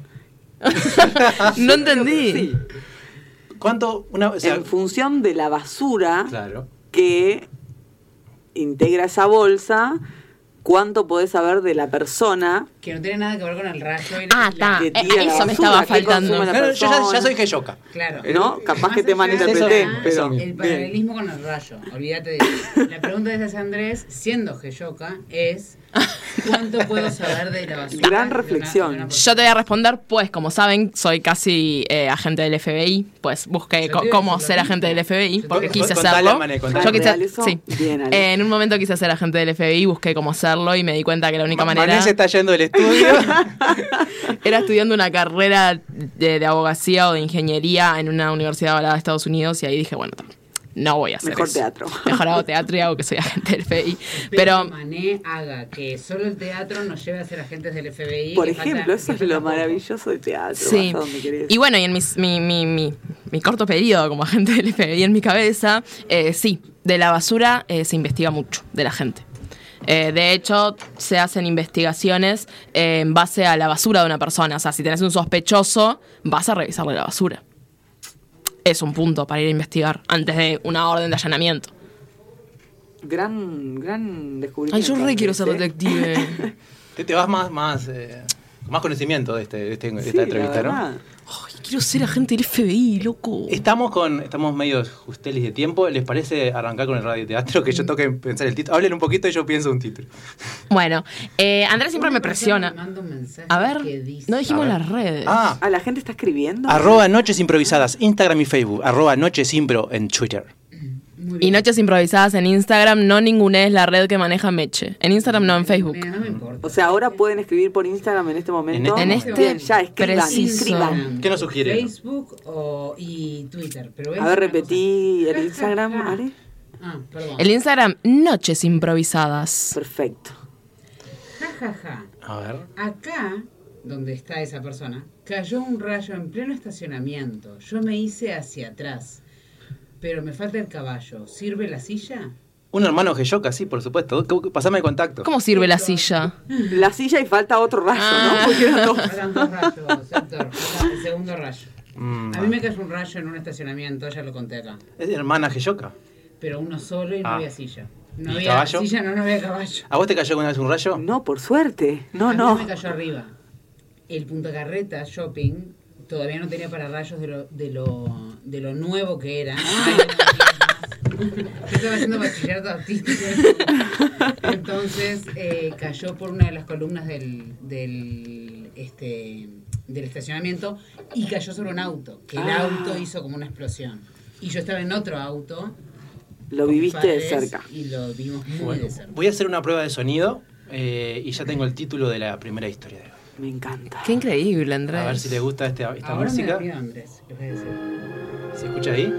Speaker 2: No entendí.
Speaker 4: Sí.
Speaker 1: ¿Cuánto
Speaker 4: en función de la basura
Speaker 1: claro.
Speaker 4: que integra esa bolsa, ¿cuánto podés saber de la persona?
Speaker 3: Que no tiene nada que ver con el rayo.
Speaker 2: Está.
Speaker 4: Que tira
Speaker 2: Eso
Speaker 4: la
Speaker 2: me
Speaker 4: basura,
Speaker 2: estaba
Speaker 4: que
Speaker 2: faltando.
Speaker 4: consume la
Speaker 1: Yo ya soy Heyoka.
Speaker 3: Claro.
Speaker 4: ¿No? Capaz que te
Speaker 3: Más allá
Speaker 4: malinterpreté.
Speaker 3: de
Speaker 4: Pero
Speaker 3: el paralelismo con el rayo. Olvídate de eso. La pregunta de ese Andrés, siendo Heyoka, es ¿cuánto puedo saber de la basura?
Speaker 4: Gran reflexión.
Speaker 2: Yo te voy a responder, pues, como saben, soy casi agente del FBI. Pues busqué cómo ser agente del FBI, porque quise hacerlo. Yo quise, sí.
Speaker 4: Bien,
Speaker 2: en un momento quise ser agente del FBI, busqué cómo hacerlo y me di cuenta que la única manera...
Speaker 1: Mané se está yendo del estudio.
Speaker 2: Era estudiando una carrera de abogacía o de ingeniería en una universidad avalada de Estados Unidos y ahí dije, bueno, no voy a hacer
Speaker 4: mejor
Speaker 2: eso.
Speaker 4: Teatro.
Speaker 2: Mejor hago teatro y hago que soy agente del FBI.
Speaker 3: Pero Mané haga que solo el teatro nos lleve a ser agentes del FBI.
Speaker 4: Por ejemplo, eso es lo maravilloso del teatro.
Speaker 2: Sí. Y bueno, y en mi corto periodo como agente del FBI en mi cabeza, sí, de la basura se investiga mucho de la gente. De hecho, se hacen investigaciones en base a la basura de una persona. O sea, si tenés un sospechoso, vas a revisarle la basura. Es un punto para ir a investigar antes de una orden de allanamiento.
Speaker 4: Gran descubrimiento.
Speaker 2: Ay, yo re quiero ser detective.
Speaker 1: Te vas más más conocimiento de esta
Speaker 4: Sí,
Speaker 1: entrevista, ¿no?
Speaker 4: verdad.
Speaker 2: Ay, quiero ser agente del FBI, loco.
Speaker 1: Estamos medio justelis de tiempo. ¿Les parece arrancar con el radioteatro? Que yo toque pensar el título. Hablen un poquito y yo pienso un título.
Speaker 2: Bueno, Andrés siempre me presiona.
Speaker 3: Me manda un mensaje
Speaker 2: A ver,
Speaker 3: que dice-
Speaker 2: no dijimos
Speaker 1: A ver.
Speaker 2: las redes.
Speaker 4: Ah, la gente está escribiendo.
Speaker 1: @Noches Improvisadas, Instagram y Facebook. @Noches Impro en Twitter.
Speaker 3: Muy
Speaker 2: Y
Speaker 3: bien.
Speaker 2: Noches Improvisadas en Instagram, no ninguna es la red que maneja Meche. En Instagram no, en Facebook.
Speaker 3: Mira, no me importa.
Speaker 4: O sea, ahora pueden escribir por Instagram en este momento.
Speaker 1: En
Speaker 2: este
Speaker 4: Bien, ya, escriban,
Speaker 2: preciso.
Speaker 4: escriban.
Speaker 1: ¿Qué nos sugiere?
Speaker 3: Facebook y Twitter. Pero voy
Speaker 4: A ver,
Speaker 3: decir una
Speaker 4: repetí
Speaker 3: cosa.
Speaker 4: el Instagram, Ale.
Speaker 3: Ah, perdón.
Speaker 2: El Instagram, Noches Improvisadas.
Speaker 4: Perfecto.
Speaker 3: Ja, ja, ja.
Speaker 1: A ver.
Speaker 3: Acá, donde está esa persona, cayó un rayo en pleno estacionamiento. Yo me hice hacia atrás. Pero me falta el caballo. ¿Sirve la silla?
Speaker 1: Un hermano Geyoka, sí, por supuesto. Pasame el contacto.
Speaker 2: ¿Cómo sirve la silla?
Speaker 4: La silla y falta otro rayo, ¿no? Porque eran dos.
Speaker 3: Eran 2 rayos, Héctor. Falta el segundo rayo. A mí me cayó un rayo en un estacionamiento, ya lo conté acá.
Speaker 1: Es de hermana Geyoka.
Speaker 3: Pero uno solo y no había silla. No
Speaker 1: ¿Y
Speaker 3: había
Speaker 1: caballo?
Speaker 3: silla, no había caballo.
Speaker 1: ¿A vos te cayó alguna vez un rayo?
Speaker 4: No, por suerte. No,
Speaker 3: A mí
Speaker 4: no.
Speaker 3: me cayó arriba. El Punta Carreta Shopping todavía no tenía pararrayos de lo nuevo que era. Yo estaba haciendo bachillerato artístico. Entonces cayó por una de las columnas del estacionamiento y cayó sobre un auto. Que el auto hizo como una explosión. Y yo estaba en otro auto.
Speaker 4: Lo
Speaker 3: con
Speaker 4: viviste de
Speaker 3: mis
Speaker 4: cerca.
Speaker 3: padres, Y lo vimos muy
Speaker 1: Bueno,
Speaker 3: de cerca.
Speaker 1: voy a hacer una prueba de sonido y ya tengo el título de la primera historia de hoy.
Speaker 4: Me encanta.
Speaker 2: Qué increíble, Andrés.
Speaker 1: A ver si les gusta esta
Speaker 3: Ahora
Speaker 1: música.
Speaker 3: me da miedo, Andrés, les voy a decir.
Speaker 1: ¿Se escucha ahí?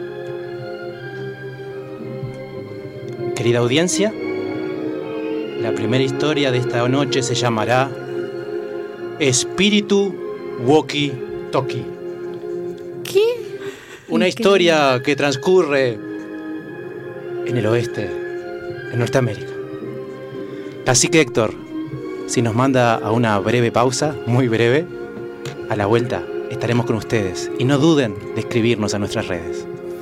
Speaker 1: Querida audiencia, la primera historia de esta noche se llamará Espíritu Walkie Talkie.
Speaker 2: ¿Qué?
Speaker 1: Una historia que transcurre en el oeste, en Norteamérica. Así que Héctor, si nos manda a una breve pausa, muy breve, a la vuelta estaremos con ustedes. Y no duden de escribirnos a nuestras redes.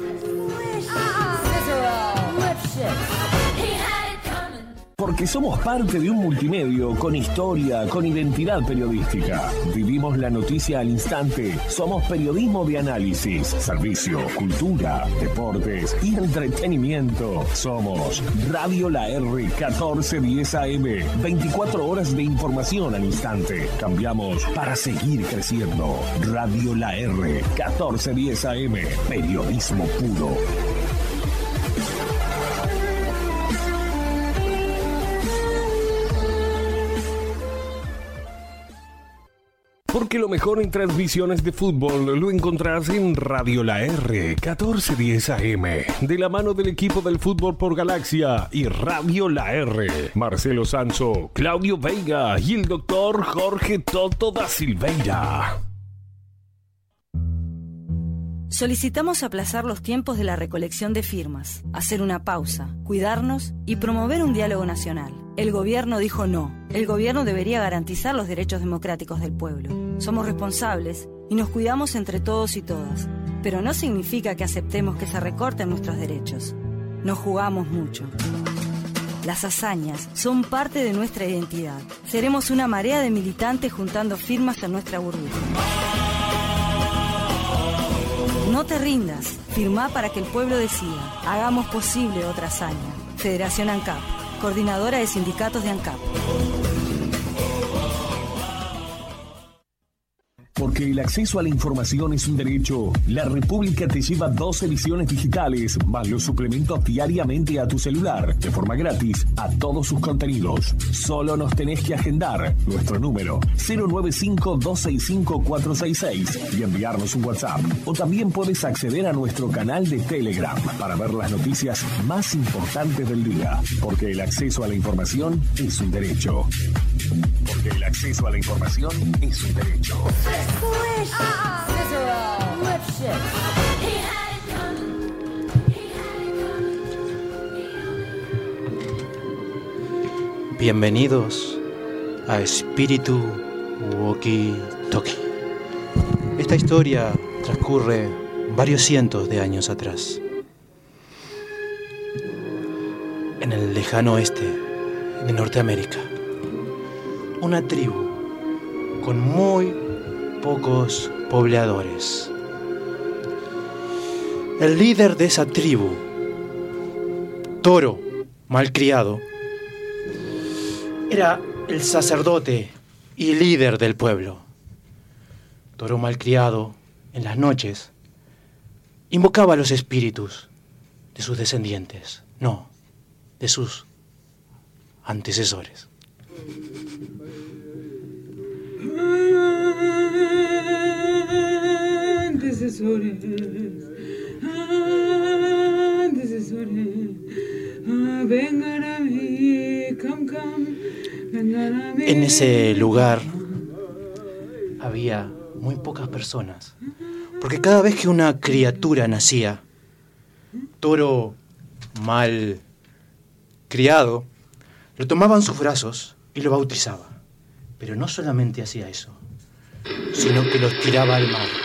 Speaker 5: Porque somos parte de un multimedio con historia, con identidad periodística. Vivimos la noticia al instante. Somos periodismo de análisis, servicio, cultura, deportes y entretenimiento. Somos Radio La R 1410 AM. 24 horas de información al instante. Cambiamos para seguir creciendo. Radio La R 1410 AM. Periodismo puro. Porque lo mejor en transmisiones de fútbol lo encontrás en Radio La R 1410 AM, de la mano del equipo del Fútbol por Galaxia y Radio La R. Marcelo Sanso, Claudio Veiga y el doctor Jorge Toto da Silveira.
Speaker 6: Solicitamos aplazar los tiempos de la recolección de firmas, hacer una pausa, cuidarnos y promover un diálogo nacional. El gobierno dijo no. El gobierno debería garantizar los derechos democráticos del pueblo. Somos responsables y nos cuidamos entre todos y todas. Pero no significa que aceptemos que se recorten nuestros derechos. Nos jugamos mucho. Las hazañas son parte de nuestra identidad. Seremos una marea de militantes juntando firmas en nuestra burbuja. No te rindas, firmá para que el pueblo decida. Hagamos posible otra hazaña. Federación ANCAP, coordinadora de sindicatos de ANCAP.
Speaker 5: Porque el acceso a la información es un derecho, La República te lleva 2 ediciones digitales, más los suplementos diariamente a tu celular, de forma gratis, a todos sus contenidos. Solo nos tenés que agendar nuestro número 095-265-466 y enviarnos un WhatsApp. O también puedes acceder a nuestro canal de Telegram para ver las noticias más importantes del día. Porque el acceso a la información es un derecho. Porque el acceso a la información es un derecho.
Speaker 1: Bienvenidos a Espíritu Walkie Talkie. Esta historia transcurre varios cientos de años atrás. En el lejano oeste de Norteamérica, una tribu con muy pocos pobladores. El líder de esa tribu, Toro Malcriado, era el sacerdote y líder del pueblo. Toro Malcriado, en las noches, invocaba a los espíritus de sus descendientes, no, de sus antecesores.
Speaker 3: Antecesores, vengan a mí, vengan a mí.
Speaker 1: En ese lugar había muy pocas personas, porque cada vez que una criatura nacía, Toro mal criado lo tomaba en sus brazos y lo bautizaba. Pero no solamente hacía eso, sino que los tiraba al mar.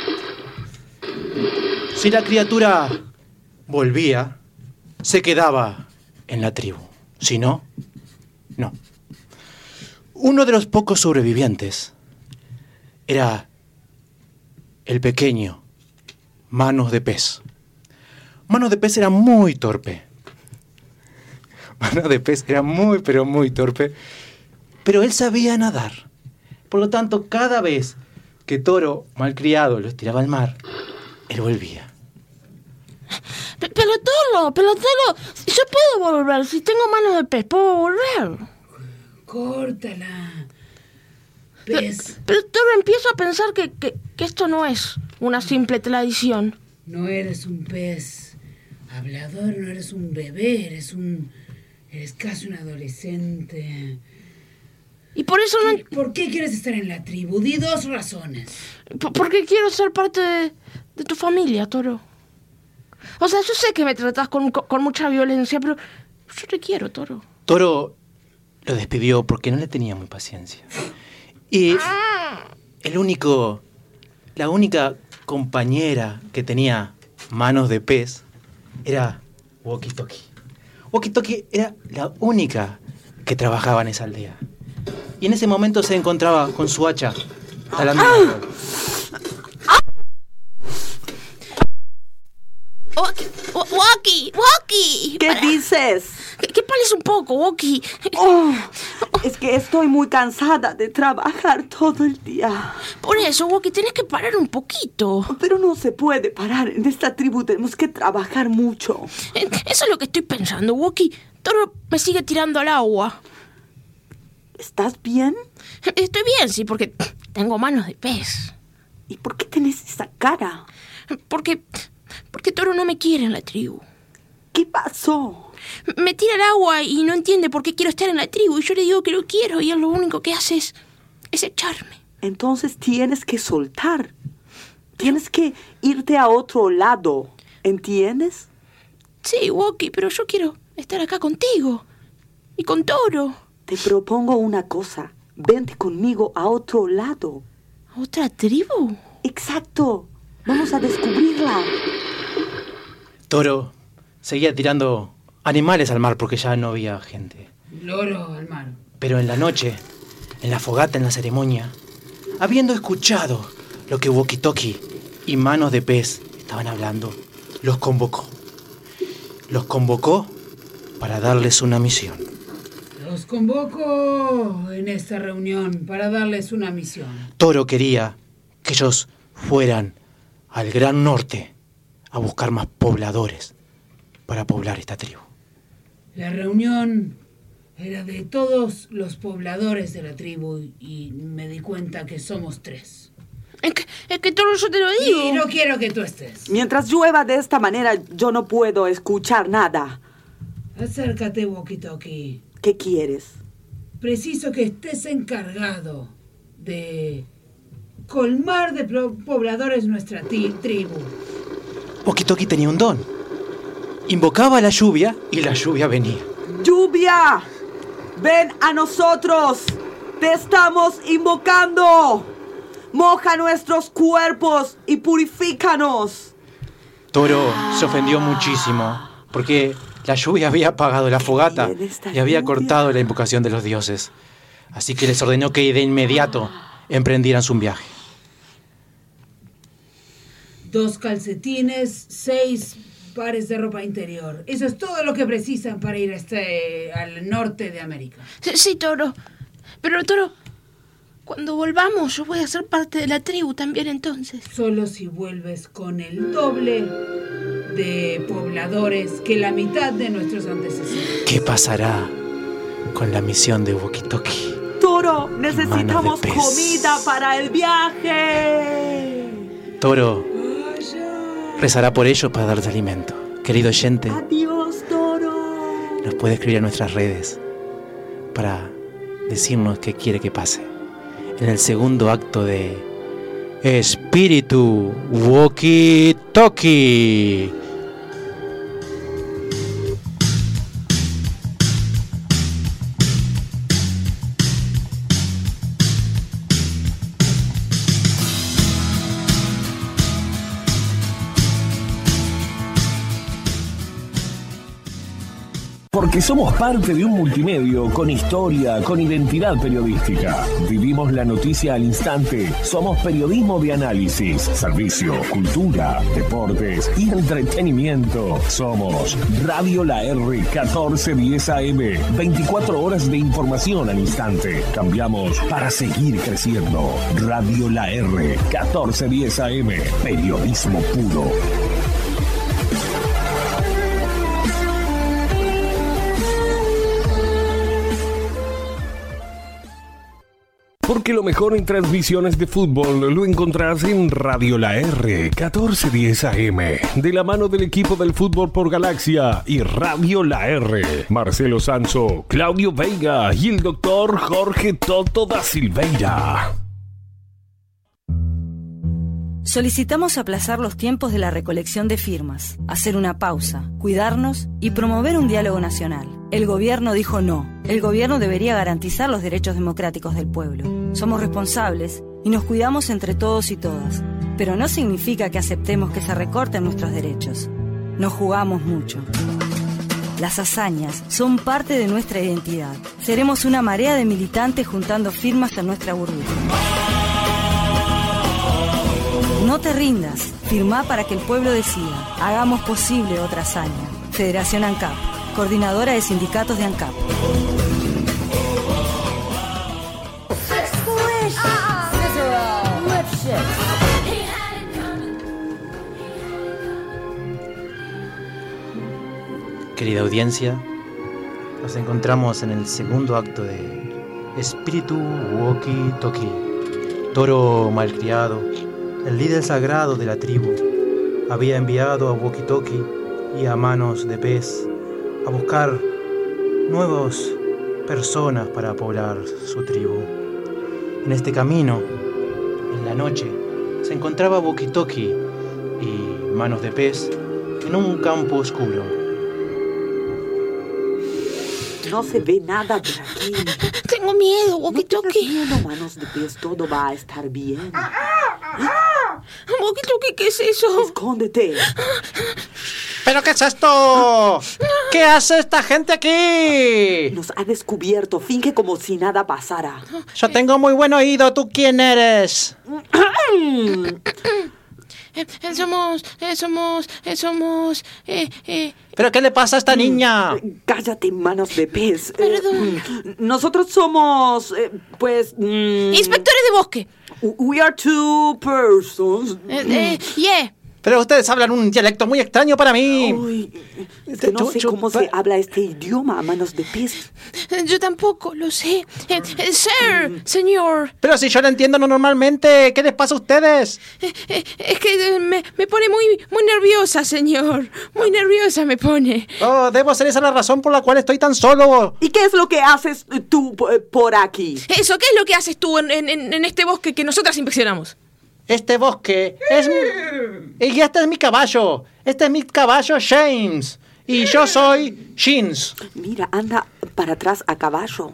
Speaker 1: Si la criatura volvía, se quedaba en la tribu. Si no, no. Uno de los pocos sobrevivientes era el pequeño Manos de Pez. Manos de Pez era muy torpe. Manos de Pez era muy torpe. Pero él sabía nadar. Por lo tanto, cada vez que Toro Malcriado los tiraba al mar, él volvía.
Speaker 2: Pero Toro, yo puedo volver. Si tengo manos de pez, puedo volver.
Speaker 3: Córtala. Pez.
Speaker 2: Pero Toro, empiezo a pensar que esto no es una simple tradición.
Speaker 3: No eres un pez hablador, no eres un bebé, eres casi un adolescente.
Speaker 2: Y por eso no...
Speaker 3: ¿Por qué quieres estar en la tribu? Di 2 razones.
Speaker 2: Porque quiero ser parte de tu familia, Toro. O sea, yo sé que me tratás con mucha violencia, pero yo te quiero, Toro.
Speaker 1: Toro lo despidió porque no le tenía muy paciencia. Y la única compañera que tenía Manos de Pez era Walkie Talkie. Walkie Talkie era la única que trabajaba en esa aldea. Y en ese momento se encontraba con su hacha talando.
Speaker 2: Walkie.
Speaker 4: ¿Qué dices?
Speaker 2: ¿Qué pales un poco, Walkie?
Speaker 4: Es que estoy muy cansada de trabajar todo el día.
Speaker 2: Por eso, Walkie, tenés que parar un poquito.
Speaker 4: Pero no se puede parar. En esta tribu tenemos que trabajar mucho.
Speaker 2: Eso es lo que estoy pensando, Walkie. Toro me sigue tirando al agua.
Speaker 4: ¿Estás bien?
Speaker 2: Estoy bien, sí, porque tengo manos de pez.
Speaker 4: ¿Y por qué tenés esa cara?
Speaker 2: Porque Toro no me quiere en la tribu.
Speaker 4: ¿Qué pasó?
Speaker 2: Me tira al agua y no entiende por qué quiero estar en la tribu. Y yo le digo que lo quiero y él lo único que hace es echarme.
Speaker 4: Entonces tienes que soltar. Tienes que irte a otro lado. ¿Entiendes?
Speaker 2: Sí, Walkie, pero yo quiero estar acá contigo. Y con Toro.
Speaker 4: Te propongo una cosa. Vente conmigo a otro lado.
Speaker 2: ¿A otra tribu?
Speaker 4: Exacto. Vamos a descubrirla.
Speaker 1: Toro seguía tirando animales al mar porque ya no había gente.
Speaker 3: Loro al mar.
Speaker 1: Pero en la noche, en la fogata, en la ceremonia, habiendo escuchado lo que Walkie Talkie y Manos de Pez estaban hablando, los convocó. Los convocó para darles una misión.
Speaker 3: Los convoco en esta reunión para darles una misión.
Speaker 1: Toro quería que ellos fueran al Gran Norte a buscar más pobladores para poblar esta tribu.
Speaker 3: La reunión era de todos los pobladores de la tribu y me di cuenta que somos 3.
Speaker 2: Es que Toro, yo te lo digo.
Speaker 3: Y no quiero que tú estés.
Speaker 4: Mientras llueva de esta manera, yo no puedo escuchar nada.
Speaker 3: Acércate, Walkie Talkie.
Speaker 4: ¿Qué quieres?
Speaker 3: Preciso que estés encargado de colmar de pobladores nuestra tribu.
Speaker 1: Walkie Talkie tenía un don. Invocaba la lluvia y la lluvia venía.
Speaker 4: ¡Lluvia! ¡Ven a nosotros! ¡Te estamos invocando! ¡Moja nuestros cuerpos y purifícanos!
Speaker 1: Toro se ofendió muchísimo porque la lluvia había apagado la fogata y había cortado la invocación de los dioses. Así que les ordenó que de inmediato emprendieran su viaje.
Speaker 3: 2 calcetines, 6 pares de ropa interior. Eso es todo lo que precisan para ir al norte de América.
Speaker 2: Sí, Toro. Pero, Toro, cuando volvamos yo voy a ser parte de la tribu también entonces.
Speaker 3: Solo si vuelves con el doble de pobladores que la mitad de nuestros antecesores.
Speaker 1: ¿Qué pasará con la misión de Woki-Toki?
Speaker 4: Toro, necesitamos
Speaker 1: pez.
Speaker 4: comida para el viaje.
Speaker 1: Toro rezará por ellos para darles alimento. Querido oyente,
Speaker 4: Adiós, Toro.
Speaker 1: nos puede escribir a nuestras redes para decirnos qué quiere que pase en el segundo acto de Espíritu Woki-Toki.
Speaker 5: Porque somos parte de un multimedio con historia, con identidad periodística. Vivimos la noticia al instante. Somos periodismo de análisis, servicio, cultura, deportes y entretenimiento. Somos Radio La R 1410 AM. 24 horas de información al instante. Cambiamos para seguir creciendo. Radio La R 1410 AM. Periodismo puro. Porque lo mejor en transmisiones de fútbol lo encontrás en Radio La R 1410 AM, de la mano del equipo del Fútbol por Galaxia y Radio La R. Marcelo Sanso, Claudio Veiga y el doctor Jorge Toto da Silveira.
Speaker 6: Solicitamos aplazar los tiempos de la recolección de firmas, hacer una pausa, cuidarnos y promover un diálogo nacional. El gobierno dijo no. El gobierno debería garantizar los derechos democráticos del pueblo. Somos responsables y nos cuidamos entre todos y todas. Pero no significa que aceptemos que se recorten nuestros derechos. Nos jugamos mucho. Las hazañas son parte de nuestra identidad. Seremos una marea de militantes juntando firmas en nuestra burbuja. No te rindas, firmá para que el pueblo decida. Hagamos posible otra hazaña. Federación ANCAP, coordinadora de sindicatos de ANCAP.
Speaker 1: Querida audiencia, nos encontramos en el segundo acto de Espíritu Woki-Toki. Toro malcriado, el líder sagrado de la tribu, había enviado a Woki-Toki y a Manos de Pez a buscar nuevas personas para poblar su tribu. En este camino, en la noche, se encontraba Woki-Toki y Manos de Pez en un campo oscuro.
Speaker 4: No se ve nada por aquí.
Speaker 2: Tengo miedo, Woki-Toki.
Speaker 4: No tengas miedo, Manos de Pez, todo va a estar bien.
Speaker 2: Woki-Toki, ¿qué es eso?
Speaker 4: Escóndete.
Speaker 1: ¿Pero qué es esto? ¿Qué hace esta gente aquí?
Speaker 4: Nos ha descubierto. Finge como si nada pasara.
Speaker 1: Yo tengo muy buen oído. ¿Tú quién eres?
Speaker 2: Somos...
Speaker 1: ¿Pero qué le pasa a esta niña?
Speaker 4: Cállate, Manos de Pez.
Speaker 2: Perdón.
Speaker 4: Nosotros somos,
Speaker 2: Inspectores de bosque.
Speaker 4: We are two persons.
Speaker 2: Yeah.
Speaker 1: Pero ustedes hablan un dialecto muy extraño para mí.
Speaker 4: Uy, no sé cómo se habla este idioma, Manos de Pez.
Speaker 2: Yo tampoco lo sé. Sir, señor.
Speaker 1: Pero si yo lo entiendo normalmente, ¿qué les pasa a ustedes?
Speaker 2: Es que me pone muy nerviosa, señor. Muy nerviosa me pone.
Speaker 1: Oh, debo ser esa la razón por la cual estoy tan solo.
Speaker 4: ¿Y qué es lo que haces tú por aquí?
Speaker 2: Eso, ¿qué es lo que haces tú en este bosque que nosotras inspeccionamos?
Speaker 1: Este bosque es... Y este es mi caballo. Este es mi caballo James. Y yo soy Jeans.
Speaker 4: Mira, anda para atrás a caballo.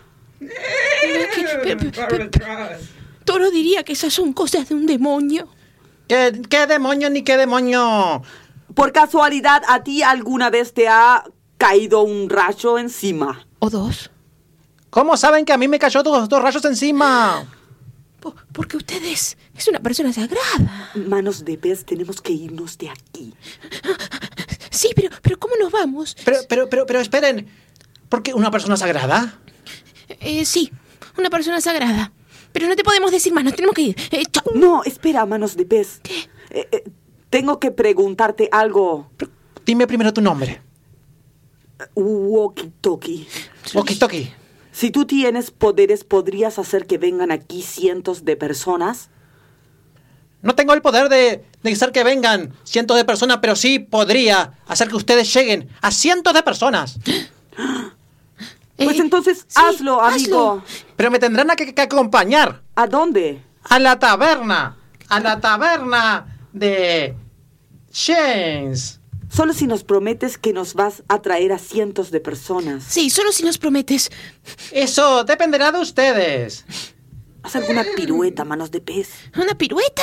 Speaker 2: Toro diría que esas son cosas de un demonio.
Speaker 1: ¿Qué demonio ni qué demonio?
Speaker 4: Por casualidad, ¿a ti alguna vez te ha caído un rayo encima?
Speaker 2: ¿O dos?
Speaker 1: ¿Cómo saben que a mí me cayó dos rayos encima?
Speaker 2: Porque usted es una persona sagrada.
Speaker 4: Manos de pez, tenemos que irnos de aquí.
Speaker 2: Sí, pero ¿cómo nos vamos?
Speaker 1: Pero esperen. ¿Por qué una persona sagrada?
Speaker 2: Sí, una persona sagrada. Pero no te podemos decir más, nos tenemos que ir. Chao.
Speaker 4: No, espera, manos de pez.
Speaker 2: ¿Qué?
Speaker 4: Tengo que preguntarte algo.
Speaker 1: Dime primero tu nombre.
Speaker 4: Walkie-talkie.
Speaker 1: Walkie-talkie.
Speaker 4: Si tú tienes poderes, ¿podrías hacer que vengan aquí cientos de personas?
Speaker 1: No tengo el poder de hacer que vengan cientos de personas, pero sí podría hacer que ustedes lleguen a cientos de personas.
Speaker 4: Pues entonces
Speaker 2: sí,
Speaker 4: hazlo, amigo.
Speaker 1: Pero me tendrán que acompañar.
Speaker 4: ¿A dónde?
Speaker 1: A la taberna. A la taberna de James.
Speaker 4: Solo si nos prometes que nos vas a traer a cientos de personas.
Speaker 2: Sí, solo si nos prometes.
Speaker 1: Eso dependerá de ustedes.
Speaker 4: Haz alguna pirueta, manos de pez.
Speaker 2: ¿Una pirueta?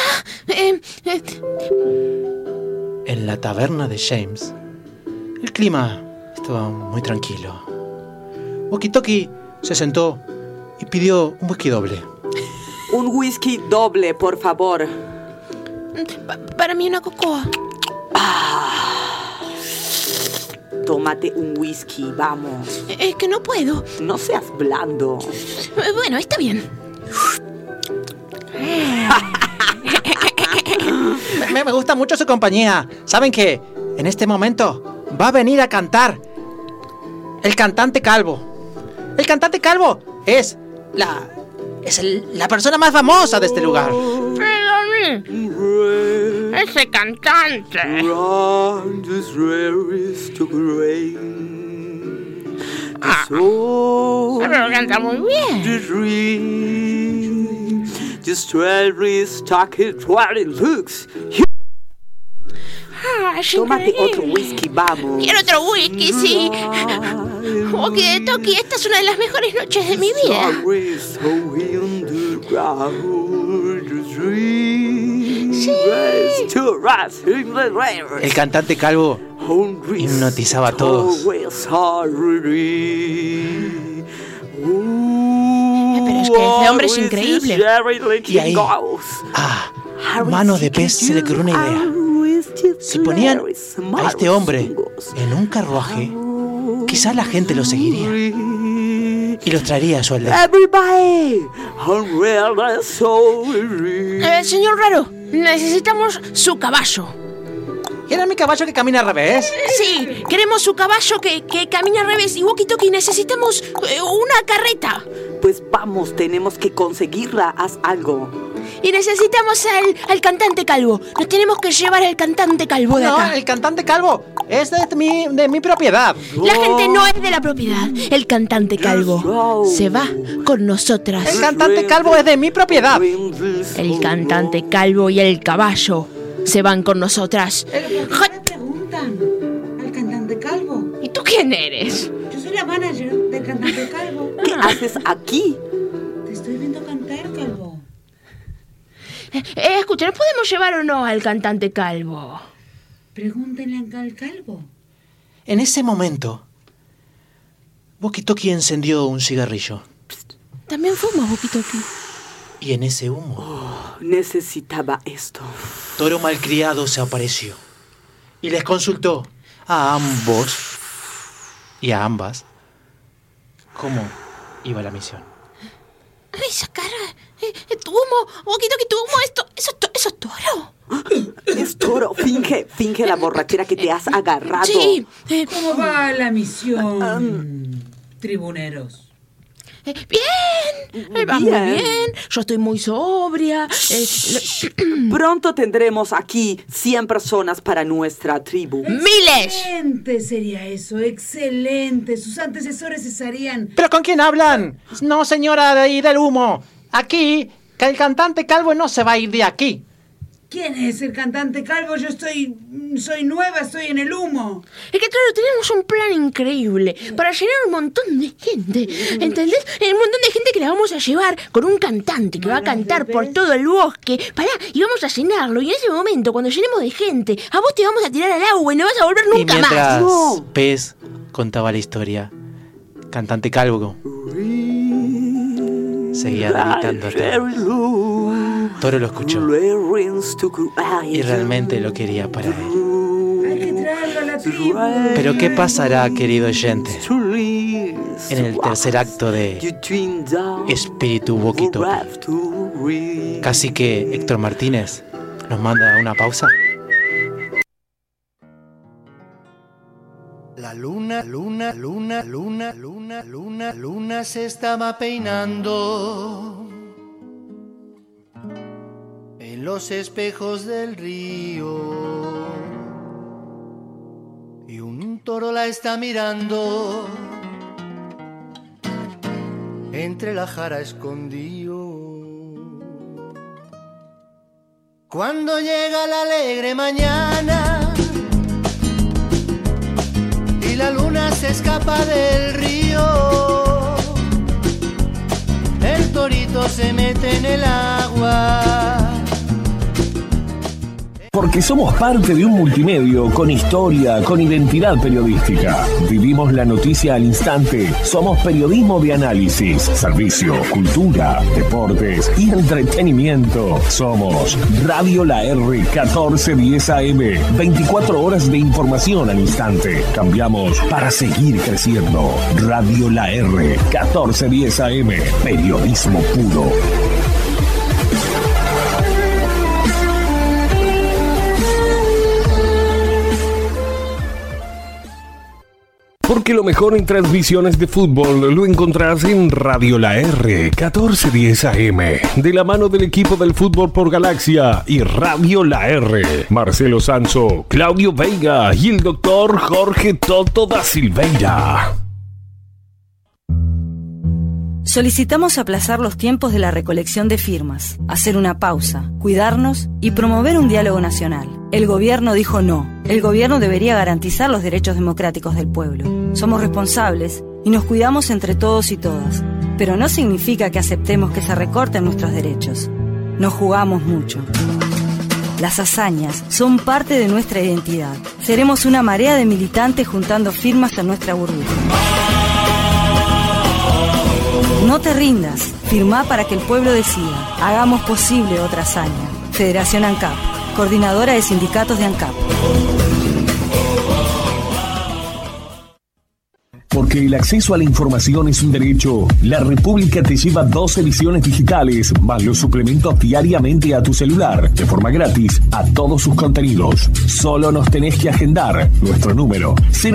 Speaker 1: En la taberna de James, el clima estaba muy tranquilo. Walkie-talkie se sentó y pidió un whisky doble.
Speaker 4: Un whisky doble, por favor.
Speaker 2: Para mí una cocoa.
Speaker 4: Tómate un whisky, vamos.
Speaker 2: Es que no puedo.
Speaker 4: No seas blando.
Speaker 2: Bueno, está bien.
Speaker 1: Me gusta mucho su compañía. ¿Saben qué? En este momento va a venir a cantar el cantante calvo. El cantante calvo es la persona más famosa de este lugar.
Speaker 2: Ese cantante. Pero canta muy bien.
Speaker 4: Tómate otro whisky, vamos.
Speaker 2: Quiero otro whisky, sí. Walkie-talkie, esta es una de las mejores noches de mi vida.
Speaker 1: El cantante calvo hipnotizaba a todos.
Speaker 2: Pero es que ese hombre es increíble.
Speaker 1: Y ahí, Manos de Pez se le ocurrió una idea. Si ponían a este hombre en un carruaje, quizás la gente lo seguiría y los traería a su aldea.
Speaker 2: Señor Raro, necesitamos su caballo.
Speaker 1: ¿Era mi caballo que camina al revés?
Speaker 2: Sí, queremos su caballo que camina al revés. Y Walkie-talkie, necesitamos una carreta.
Speaker 4: Pues vamos, tenemos que conseguirla. Haz algo.
Speaker 2: Y necesitamos al cantante calvo. Nos tenemos que llevar al cantante calvo de acá.
Speaker 1: No, el cantante calvo es de mi propiedad.
Speaker 2: La gente no es de la propiedad. El cantante calvo se va con nosotras.
Speaker 1: El cantante calvo es de mi propiedad.
Speaker 2: El cantante calvo y el caballo se van con nosotras.
Speaker 3: ¿Por qué me preguntan al cantante calvo?
Speaker 2: ¿Y tú quién eres?
Speaker 3: Yo soy la manager del cantante calvo.
Speaker 4: ¿Qué haces aquí?
Speaker 3: Te estoy viendo cantar, calvo.
Speaker 2: Escucha, ¿nos podemos llevar o no al cantante calvo?
Speaker 3: Pregúntenle al calvo.
Speaker 1: En ese momento, Walkie-talkie encendió un cigarrillo.
Speaker 2: También fumas, Walkie-talkie.
Speaker 1: Y en ese humo,
Speaker 4: Necesitaba esto.
Speaker 1: Toro Malcriado se apareció y les consultó a ambos y a ambas cómo iba la misión.
Speaker 2: Esa cara, tu humo, Walkie-talkie, tu humo, eso es toro.
Speaker 4: Es toro. Finge la borrachera que te has agarrado.
Speaker 2: Sí.
Speaker 3: ¿Cómo va la misión, tribuneros?
Speaker 2: Bien, va muy bien. Yo estoy muy sobria.
Speaker 4: Pronto tendremos aquí 100 personas para nuestra tribu.
Speaker 2: ¡Miles!
Speaker 3: Excelente sería eso, excelente. Sus antecesores cesarían.
Speaker 1: ¿Pero con quién hablan? No, señora de ahí del humo. Aquí, que el cantante calvo no se va a ir de aquí.
Speaker 3: ¿Quién es el cantante calvo? Yo soy nueva, estoy en el humo.
Speaker 2: Es que claro, tenemos un plan increíble para llenar un montón de gente. ¿Entendés? Un montón de gente que la vamos a llevar con un cantante que va a cantar por todo el bosque. Pará, y vamos a llenarlo. Y en ese momento, cuando llenemos de gente, a vos te vamos a tirar al agua y no vas a volver nunca
Speaker 1: y mientras
Speaker 2: más.
Speaker 1: Pez contaba la historia, cantante calvo seguía gritando Toro. Toro lo escuchó y realmente lo quería para él.
Speaker 3: Hay que traerlo a la tribu.
Speaker 1: Pero ¿qué pasará, querido oyente, en el tercer acto de Espíritu Walkie Talkie? Casi que Héctor Martínez nos manda una pausa.
Speaker 7: La luna se estaba peinando en los espejos del río y un toro la está mirando entre la jara escondido. Cuando llega la alegre mañana y la luna se escapa del río, el torito se mete en el agua.
Speaker 5: Porque somos parte de un multimedio con historia, con identidad periodística. Vivimos la noticia al instante. Somos periodismo de análisis, servicio, cultura, deportes y entretenimiento. Somos Radio La R 1410 AM. 24 horas de información al instante. Cambiamos para seguir creciendo. Radio La R 1410 AM. Periodismo puro. Porque lo mejor en transmisiones de fútbol lo encontrás en Radio La R 1410 AM, de la mano del equipo del fútbol por Galaxia y Radio La R. Marcelo Sanso, Claudio Veiga y el doctor Jorge Toto da Silveira.
Speaker 6: Solicitamos aplazar los tiempos de la recolección de firmas, hacer una pausa, cuidarnos y promover un diálogo nacional. El gobierno dijo no. El gobierno debería garantizar los derechos democráticos del pueblo. Somos responsables y nos cuidamos entre todos y todas. Pero no significa que aceptemos que se recorten nuestros derechos. Nos jugamos mucho. Las hazañas son parte de nuestra identidad. Seremos una marea de militantes juntando firmas en nuestra burbuja. No te rindas, firmá para que el pueblo decida. Hagamos posible otra hazaña. Federación ANCAP, coordinadora de sindicatos de ANCAP.
Speaker 5: Porque el acceso a la información es un derecho, La República te lleva 2 ediciones digitales, más los suplementos diariamente a tu celular, de forma gratis, a todos sus contenidos. Solo nos tenés que agendar nuestro número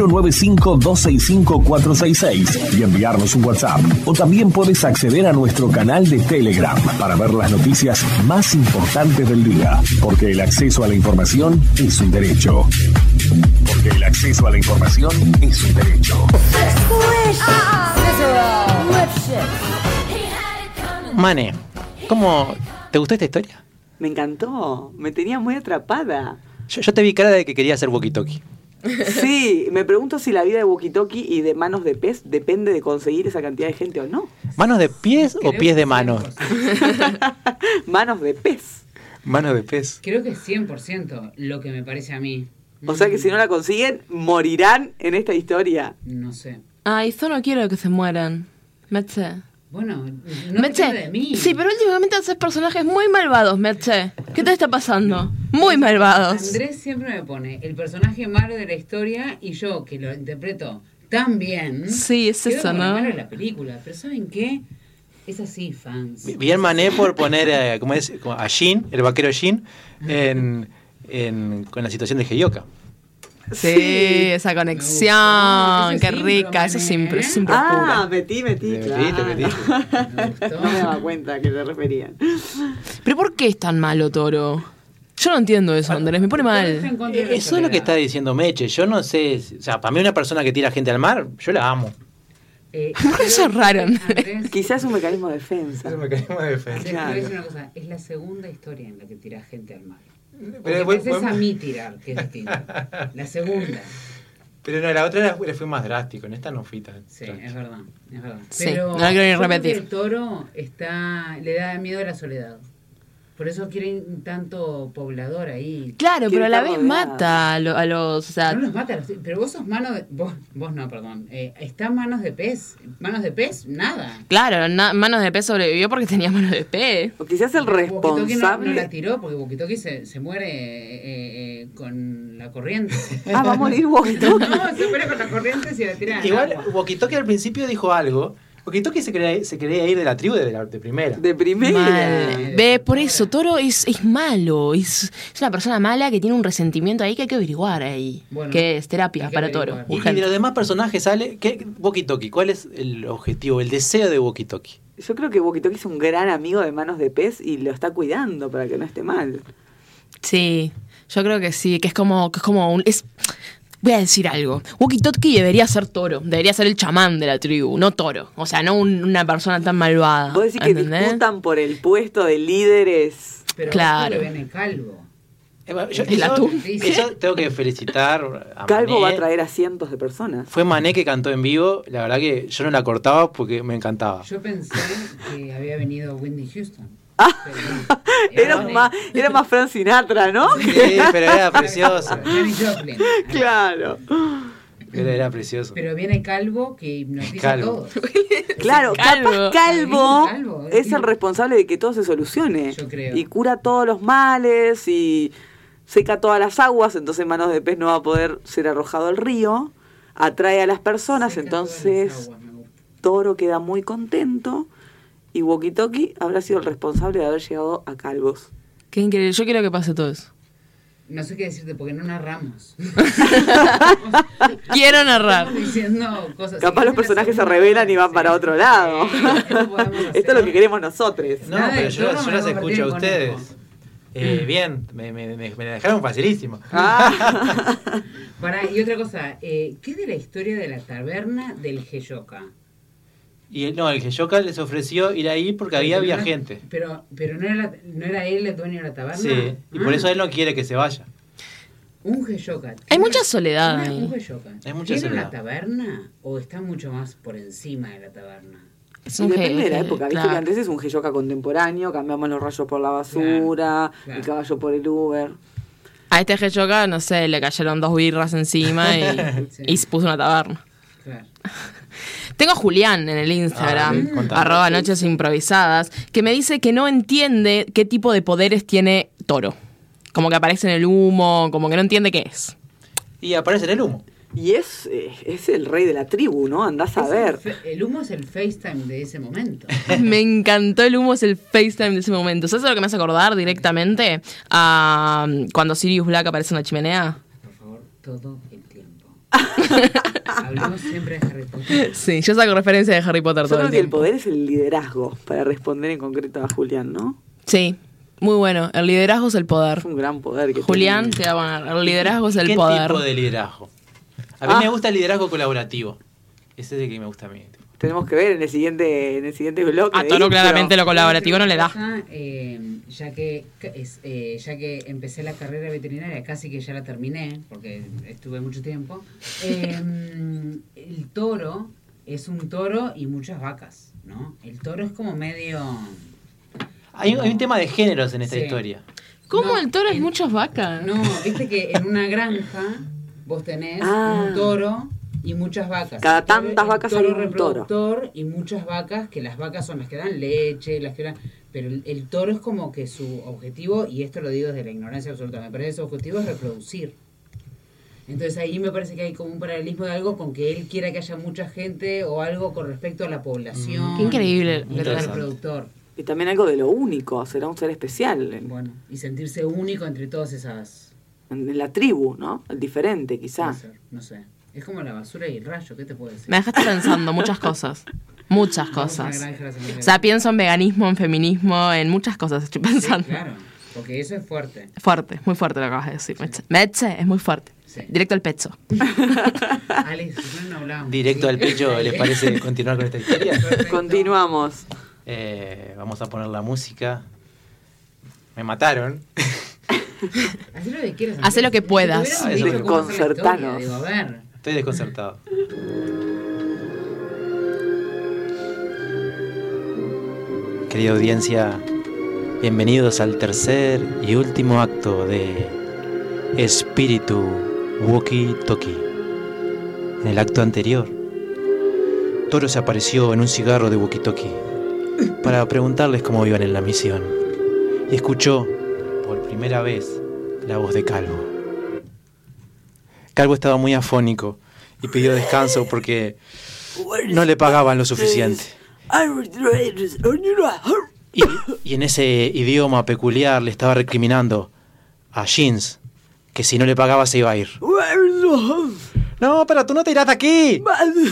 Speaker 5: 095-265-466 y enviarnos un WhatsApp. O también puedes acceder a nuestro canal de Telegram para ver las noticias más importantes del día. Porque el acceso a la información es un derecho. Porque el acceso a la información es un derecho.
Speaker 1: Mane, ¿cómo te gustó esta historia?
Speaker 4: Me encantó, me tenía muy atrapada.
Speaker 1: Yo te vi cara de que quería hacer walkie-talkie.
Speaker 4: Sí, me pregunto si la vida de walkie-talkie y de manos de pez depende de conseguir esa cantidad de gente o no.
Speaker 1: ¿Manos de pies o pies de manos?
Speaker 4: Manos de pez.
Speaker 1: Manos de pez.
Speaker 3: Creo que es 100% lo que me parece a mí.
Speaker 4: O sea que si no la consiguen, morirán en esta historia.
Speaker 3: No sé.
Speaker 2: Ay, yo no quiero que se mueran. Meche.
Speaker 3: Bueno, no depende de mí.
Speaker 2: Sí, pero últimamente haces personajes muy malvados, Meche. ¿Qué te está pasando? Muy malvados.
Speaker 3: Andrés siempre me pone el personaje malo de la historia y yo, que lo interpreto tan bien.
Speaker 2: Sí, es
Speaker 3: quedo
Speaker 2: eso,
Speaker 3: como
Speaker 2: ¿no?
Speaker 3: la mala de la película. Pero ¿saben qué? Es así, fans.
Speaker 1: Bien Mané por poner como a Jin, el vaquero Jin, con la situación de Heyoka.
Speaker 2: Sí, esa conexión, qué rica, eso siempre es siempre pura.
Speaker 4: Metí, claro.
Speaker 1: Metí.
Speaker 4: No me daba cuenta a qué se referían.
Speaker 2: ¿Pero por qué es tan malo Toro? Yo no entiendo eso, Andrés, me pone mal.
Speaker 1: Eso es lo que está diciendo Meche. Yo no sé, o sea, para mí una persona que tira gente al mar, yo la amo.
Speaker 2: Eso es raro, Andrés.
Speaker 4: Quizás es un mecanismo de defensa.
Speaker 1: Es un mecanismo de defensa.
Speaker 3: Andrés, te voy a decir una cosa, es la segunda historia en la que tira gente al mar.
Speaker 1: Pero
Speaker 3: Porque es a mí tirar, que es distinto. La segunda.
Speaker 1: Pero no, la otra fue más drástico, en esta no fui tan.
Speaker 3: Sí, es verdad.
Speaker 2: Sí,
Speaker 3: Pero
Speaker 2: no la quiero ni
Speaker 3: yo creo
Speaker 2: repetir.
Speaker 3: que el Toro le da miedo a la soledad. Por eso quieren tanto poblador ahí.
Speaker 2: Claro, pero a la vez
Speaker 4: estar rodeada.
Speaker 2: mata a los... O sea,
Speaker 3: No los mata, pero vos sos mano de... Vos no, perdón. Está manos de pez. Manos de pez, nada.
Speaker 2: claro, manos de pez sobrevivió porque tenía manos de pez.
Speaker 4: O quizás el
Speaker 3: Walkie-talkie
Speaker 4: responsable...
Speaker 3: no la tiró porque Walkie-talkie se muere con la corriente.
Speaker 4: Ah, va a morir Walkie-talkie.
Speaker 3: No, se muere con la corriente si la tira al
Speaker 1: Igual,
Speaker 3: agua.
Speaker 1: Walkie-talkie al principio dijo algo. Walkie-talkie se quería ir de la tribu de primera.
Speaker 4: De primera.
Speaker 2: Mal. Ve, por eso, Toro es malo. Es una persona mala que tiene un resentimiento ahí que hay que averiguar ahí.
Speaker 3: Bueno,
Speaker 2: que es terapia
Speaker 3: hay que
Speaker 2: para
Speaker 3: averiguar.
Speaker 2: Toro.
Speaker 1: Y de
Speaker 2: Urgente.
Speaker 1: los demás personajes sale... Walkie-talkie, ¿cuál es el objetivo, el deseo de Walkie-talkie?
Speaker 4: Yo creo que Walkie-talkie es un gran amigo de Manos de Pez y lo está cuidando para que no esté mal.
Speaker 2: Sí, yo creo que sí, que es como un... Voy a decir algo. Walkie-talkie debería ser Toro. Debería ser el chamán de la tribu, no Toro. O sea, no una persona tan malvada.
Speaker 4: Vos decís que
Speaker 2: ¿entendés?
Speaker 4: disputan por el puesto de líderes.
Speaker 3: Pero
Speaker 2: Claro.
Speaker 3: esto le viene calvo.
Speaker 2: ¿El atún?
Speaker 1: Eso tengo que felicitar a
Speaker 4: Calvo
Speaker 1: Mané.
Speaker 4: va a traer a cientos de personas.
Speaker 1: Fue Mané que cantó en vivo. La verdad que yo no la cortaba porque me encantaba.
Speaker 3: Yo pensé que había venido Whitney Houston.
Speaker 4: Era más Frank Sinatra, ¿no?
Speaker 1: Sí, pero era precioso.
Speaker 3: Janis Joplin.
Speaker 4: Claro.
Speaker 1: Era precioso.
Speaker 3: Pero viene Calvo que hipnotiza
Speaker 1: Calvo.
Speaker 3: a todos.
Speaker 4: Claro,
Speaker 2: Calvo.
Speaker 4: capaz Calvo
Speaker 3: Calvo,
Speaker 4: es el responsable de que todo se solucione.
Speaker 3: Yo creo.
Speaker 4: Y cura todos los males y seca todas las aguas, entonces Manos de Pez no va a poder ser arrojado al río. Atrae a las personas,
Speaker 3: Seca todas
Speaker 4: entonces
Speaker 3: las aguas, me gusta.
Speaker 4: Toro queda muy contento y Walkie-talkie habrá sido el responsable de haber llegado a Calvos.
Speaker 2: Qué increíble. Yo quiero que pase todo eso.
Speaker 3: No sé qué decirte porque no narramos.
Speaker 2: Quiero narrar.
Speaker 3: Estamos diciendo cosas.
Speaker 4: Capaz
Speaker 3: Si
Speaker 4: los
Speaker 3: querés
Speaker 4: personajes se
Speaker 3: la segunda
Speaker 4: revelan y van
Speaker 3: parte,
Speaker 4: para
Speaker 3: sí.
Speaker 4: otro lado.
Speaker 3: Esto podemos hacer.
Speaker 4: Esto es lo que queremos nosotros.
Speaker 1: No,
Speaker 3: Nada
Speaker 1: pero
Speaker 3: de
Speaker 1: yo
Speaker 3: todo,
Speaker 1: las
Speaker 3: me voy a
Speaker 1: escucho a
Speaker 3: convertir en
Speaker 1: ustedes. Bien, me la dejaron facilísimo.
Speaker 4: Ah.
Speaker 3: Pará, y otra cosa, ¿qué de la historia de la taberna del Geyoka?
Speaker 1: Y el Geyoka les ofreció ir ahí porque había gente.
Speaker 3: Pero no era él el dueño de la taberna.
Speaker 1: Sí, y por eso él no quiere que se vaya.
Speaker 3: Un Geyoka.
Speaker 2: Hay mucha soledad ahí.
Speaker 3: Un Geyoka.
Speaker 1: Hay mucha
Speaker 3: ¿Tiene
Speaker 1: soledad.
Speaker 3: la taberna o está mucho más por encima de la taberna?
Speaker 2: Es
Speaker 4: Y
Speaker 2: un
Speaker 4: depende de la
Speaker 2: jefe,
Speaker 4: época, viste
Speaker 2: claro.
Speaker 4: que antes es un Geyoka contemporáneo, cambiamos los rayos por la basura,
Speaker 3: Claro.
Speaker 4: el caballo por el Uber.
Speaker 2: A este Geyoka, no sé, le cayeron 2 birras encima y,
Speaker 3: Sí.
Speaker 2: y puso una taberna.
Speaker 3: Claro.
Speaker 2: Tengo a Julián en el Instagram,
Speaker 1: Ah, contame.
Speaker 2: @noches improvisadas, que me dice que no entiende qué tipo de poderes tiene Toro. Como que aparece en el humo, como que no entiende qué es.
Speaker 1: Y aparece en el humo.
Speaker 4: Y es el rey de la tribu, ¿no? Andás a ver.
Speaker 3: El humo es el FaceTime de ese momento.
Speaker 2: Me encantó el humo, es el FaceTime de ese momento. ¿Sabes a lo que me hace acordar directamente? A cuando Sirius Black aparece en la chimenea.
Speaker 3: Por favor, todo el tiempo. Hablamos siempre de Harry Potter.
Speaker 2: Sí, yo saco referencia de Harry Potter
Speaker 4: Yo
Speaker 2: todo
Speaker 4: creo
Speaker 2: el
Speaker 4: que el
Speaker 2: tiempo.
Speaker 4: poder es el liderazgo, para responder en concreto a Julián, ¿no?
Speaker 2: Sí, muy bueno. El liderazgo es el poder.
Speaker 4: Es un gran poder que
Speaker 2: Julián,
Speaker 4: tiene.
Speaker 2: te va a poner. El liderazgo es el
Speaker 1: ¿Qué
Speaker 2: poder.
Speaker 1: tipo de liderazgo? A mí me gusta el liderazgo colaborativo. Ese es el que me gusta a mí.
Speaker 4: Tenemos que ver en el siguiente bloque.
Speaker 2: A Toro
Speaker 4: de
Speaker 2: claramente
Speaker 4: intro.
Speaker 2: lo colaborativo no le da.
Speaker 3: Ya que empecé la carrera veterinaria, casi que ya la terminé, porque estuve mucho tiempo. El toro es un toro y muchas vacas, ¿no? El toro es como medio...
Speaker 1: Hay un tema de géneros en esta
Speaker 3: Sí.
Speaker 1: historia.
Speaker 2: ¿Cómo
Speaker 3: No,
Speaker 2: el toro es muchas vacas?
Speaker 3: No, viste que en una granja vos tenés
Speaker 4: Ah.
Speaker 3: un toro y muchas vacas.
Speaker 4: Cada
Speaker 3: El toro-
Speaker 4: tantas
Speaker 3: el
Speaker 4: vacas hay un
Speaker 3: reproductor y muchas vacas, que las vacas son las que dan leche, las que dan... Pero el toro es como que su objetivo, y esto lo digo desde la ignorancia absoluta, me parece que su objetivo es reproducir. Entonces ahí me parece que hay como un paralelismo de algo con que él quiera que haya mucha gente o algo con respecto a la población.
Speaker 2: Qué increíble.
Speaker 3: Y el
Speaker 1: Interesante.
Speaker 3: reproductor.
Speaker 4: Y también algo de lo único, será un ser especial
Speaker 3: Bueno, y sentirse único entre todas esas...
Speaker 4: en la tribu, ¿no? El diferente, quizá.
Speaker 3: puede ser, no sé. Es como la basura y el rayo, ¿qué te puedo decir?
Speaker 2: Me dejaste pensando muchas cosas. Muchas
Speaker 3: Vamos a una
Speaker 2: cosas.
Speaker 3: granja la semana que
Speaker 2: O sea,
Speaker 3: viene.
Speaker 2: pienso en veganismo, en feminismo, en muchas cosas estoy
Speaker 3: Sí,
Speaker 2: pensando.
Speaker 3: claro, porque eso es fuerte.
Speaker 2: Fuerte, muy fuerte lo que acabas de decir. Meche es muy fuerte.
Speaker 3: Sí.
Speaker 2: Directo al pecho.
Speaker 3: Alex, no hablábamos.
Speaker 1: Directo
Speaker 3: ¿sí?
Speaker 1: al pecho, ¿les parece continuar con esta historia?
Speaker 3: Perfecto.
Speaker 4: Continuamos.
Speaker 1: Vamos a poner la música. Me mataron.
Speaker 3: Hacé lo que quieras.
Speaker 2: Hacé lo que puedas.
Speaker 3: Si te hubiéramos dicho cómo hacer la historia,
Speaker 4: Desconcertanos.
Speaker 3: digo, a ver.
Speaker 1: Estoy desconcertado. Querida audiencia, Bienvenidos al tercer y último acto de Espíritu Walkie Talkie. En el acto anterior, Toro se apareció en un cigarro de Walkie Talkie para preguntarles cómo iban en la misión y escuchó por primera vez la voz de Calvo. Calvo estaba muy afónico y pidió descanso porque no le pagaban lo suficiente. Y en ese idioma peculiar le estaba recriminando a Jeans que si no le pagaba se iba a ir. No, pero tú no te irás de aquí.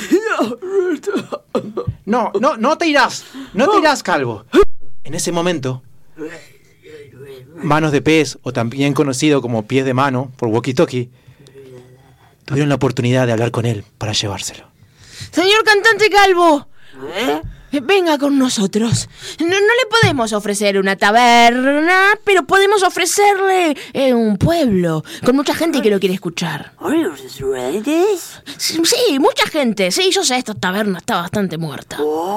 Speaker 1: No te irás. No te irás, Calvo. En ese momento, Manos de Pez, o también conocido como Pies de Mano por Walkie Talkie, tuvieron la oportunidad de hablar con él para llevárselo.
Speaker 2: Señor cantante Calvo, venga con nosotros. No le podemos ofrecer una taberna, pero podemos ofrecerle un pueblo con mucha gente que lo quiere escuchar. Sí, mucha gente. Sí, yo sé, esta taberna está bastante muerta.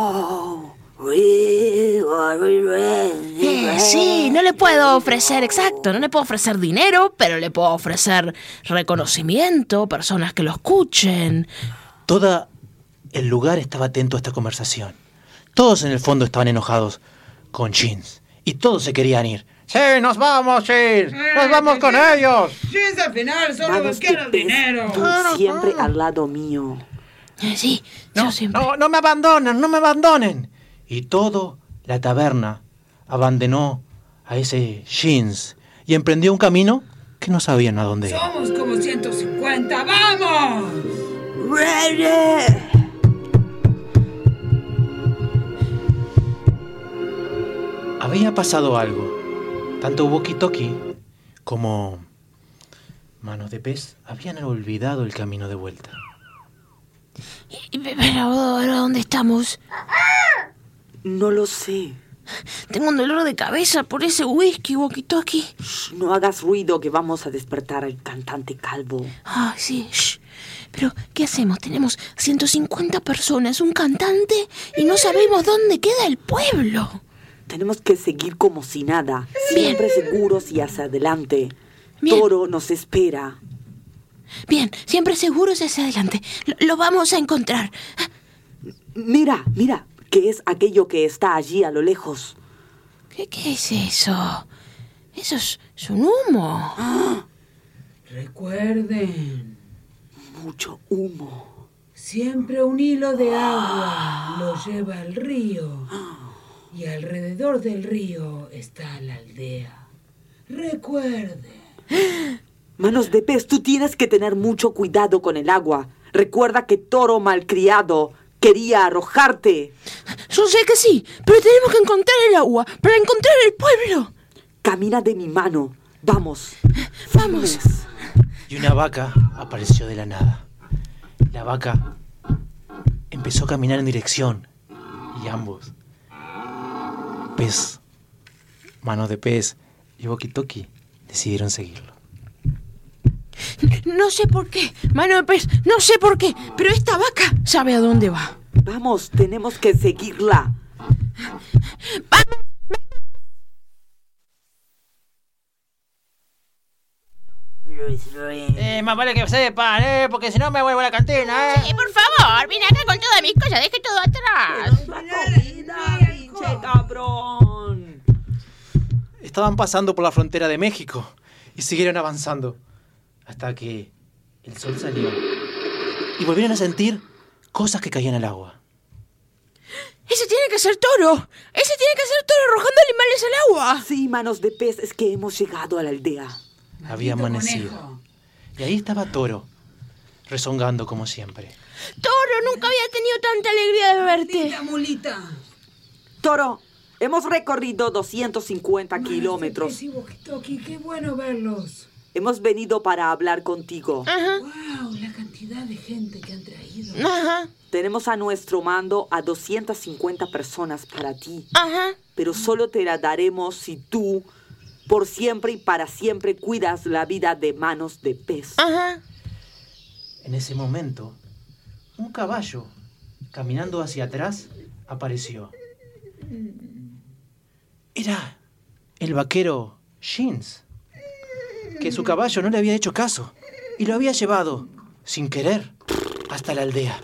Speaker 2: Sí, no le puedo ofrecer, no le puedo ofrecer dinero, pero le puedo ofrecer reconocimiento, personas que lo escuchen.
Speaker 1: Todo el lugar estaba atento a esta conversación. Todos en el fondo estaban enojados con Jeans y todos se querían ir. ¡Sí, nos vamos, Jeans! ¡Nos vamos con ellos!
Speaker 3: Jeans al final solo quiero dinero.
Speaker 4: Tú siempre al lado mío.
Speaker 2: Sí, yo siempre.
Speaker 1: No me abandonen. Y toda la taberna abandonó a ese Jeans y emprendió un camino que no sabían a dónde ir.
Speaker 3: Somos como 150, ¡vamos!
Speaker 1: Había pasado algo. Tanto Walkie Talkie como Manos de Pez habían olvidado el camino de vuelta.
Speaker 2: Pero ahora, ¿dónde estamos?
Speaker 4: No lo sé.
Speaker 2: Tengo un dolor de cabeza por ese whisky, Walkie Talkie.
Speaker 4: No hagas ruido que vamos a despertar al cantante Calvo.
Speaker 2: Ah, sí. Shh. Pero, ¿qué hacemos? Tenemos 150 personas, un cantante y no sabemos dónde queda el pueblo.
Speaker 4: Tenemos que seguir como si nada, siempre seguros y hacia adelante.
Speaker 2: Bien.
Speaker 4: Toro nos espera.
Speaker 2: Bien, siempre seguros hacia adelante. Lo vamos a encontrar.
Speaker 4: Mira, ¿qué es aquello que está allí a lo lejos?
Speaker 2: ¿Qué es eso? Eso es un humo.
Speaker 3: Recuerden,
Speaker 4: Mucho humo.
Speaker 3: siempre un hilo de agua lo lleva al río. Y alrededor del río está la aldea. Recuerden.
Speaker 4: Manos de Pez, tú tienes que tener mucho cuidado con el agua. Recuerda que Toro malcriado quería arrojarte.
Speaker 2: Yo sé que sí, pero tenemos que encontrar el agua para encontrar el pueblo.
Speaker 4: Camina de mi mano. Vamos.
Speaker 2: Vamos.
Speaker 4: Firmes.
Speaker 1: Y una vaca apareció de la nada. La vaca empezó a caminar en dirección y ambos, Pez, Manos de Pez y Walkie Talkie, decidieron seguirlo.
Speaker 2: No sé por qué, Mano de Pez, no sé por qué, pero esta vaca sabe a dónde va.
Speaker 4: Vamos, tenemos que seguirla.
Speaker 2: ¡Vamos!
Speaker 1: Más vale que sepan, porque si no me vuelvo a la cantina,
Speaker 2: Sí, por favor, vine acá con todas mis cosas, deje todo atrás.
Speaker 4: ¡Pinche cabrón!
Speaker 1: Estaban pasando por la frontera de México y siguieron avanzando hasta que el sol salió y volvieron a sentir cosas que caían al agua.
Speaker 2: Ese tiene que ser Toro. Ese tiene que ser Toro arrojando animales al agua.
Speaker 4: Sí, Manos de Pez, es que hemos llegado a la aldea.
Speaker 1: Había amanecido.
Speaker 3: Conejo.
Speaker 1: Y ahí estaba Toro, rezongando como siempre.
Speaker 2: Toro, nunca había tenido tanta alegría de verte.
Speaker 3: Maldita mulita.
Speaker 4: Toro, hemos recorrido 250 kilómetros.
Speaker 3: Sí, Walkie-Talkie, qué bueno verlos.
Speaker 4: Hemos venido para hablar contigo.
Speaker 2: Ajá,
Speaker 3: Wow, la cantidad de gente que han traído.
Speaker 2: ajá,
Speaker 4: Tenemos a nuestro mando a 250 personas para ti.
Speaker 2: ajá.
Speaker 4: Pero solo te la daremos si tú, por siempre y para siempre, cuidas la vida de Manos de Pez.
Speaker 2: Ajá.
Speaker 1: En ese momento, un caballo, caminando hacia atrás, apareció. Era el vaquero Jeans, que su caballo no le había hecho caso y lo había llevado, sin querer, hasta la aldea.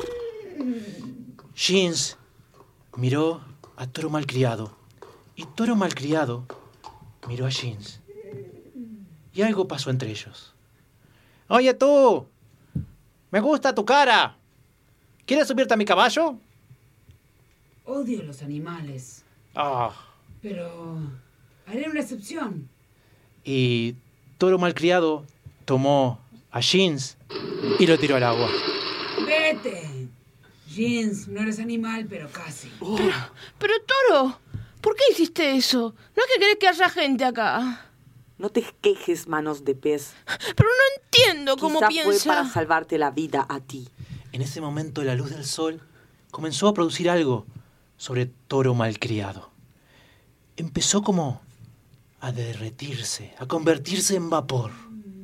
Speaker 1: Jeans miró a Toro Malcriado y Toro Malcriado miró a Jeans. Y algo pasó entre ellos. ¡Oye tú! ¡Me gusta tu cara! ¿Quieres subirte a mi caballo?
Speaker 3: Odio los animales.
Speaker 1: Ah.
Speaker 3: Pero haré una excepción.
Speaker 1: Y Toro Malcriado tomó a Jeans y lo tiró al agua.
Speaker 3: ¡Vete! Jeans, no eres animal, pero casi.
Speaker 2: Pero Toro, ¿por qué hiciste eso? ¿No es que querés que haya gente acá?
Speaker 4: No te quejes, Manos de Pez.
Speaker 2: Pero no entiendo cómo
Speaker 4: Quizá
Speaker 2: piensa.
Speaker 4: fue para salvarte la vida a ti.
Speaker 1: En ese momento la luz del sol comenzó a producir algo sobre Toro Malcriado. Empezó como a derretirse, a convertirse en vapor.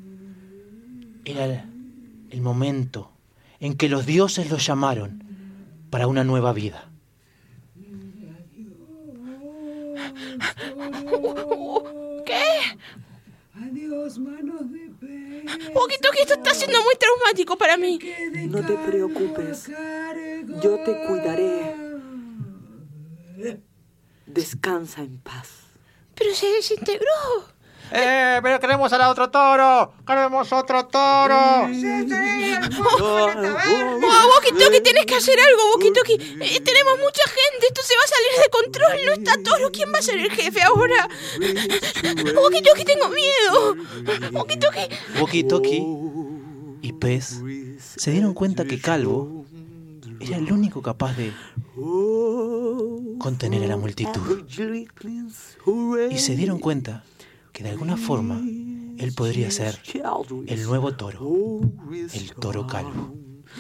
Speaker 1: Era el momento en que los dioses lo llamaron para una nueva vida.
Speaker 2: ¿Qué?
Speaker 3: Adiós, Manos de Pez.
Speaker 2: Woki Toki, esto está siendo muy traumático para mí.
Speaker 4: No te preocupes. Yo te cuidaré. Descansa en paz.
Speaker 2: Pero se desintegró.
Speaker 1: ¡Pero queremos al otro toro! ¡Queremos otro toro!
Speaker 2: Woki Toki, tenés que hacer algo, Woki Toki. Tenemos mucha gente, esto se va a salir de control. No está Toro, ¿quién va a ser el jefe ahora? Woki Toki, tengo miedo. Woki Toki.
Speaker 1: Woki Toki y Pez se dieron cuenta que Calvo era el único capaz de contener a la multitud. Y se dieron cuenta que de alguna forma él podría ser el nuevo toro, el toro calvo.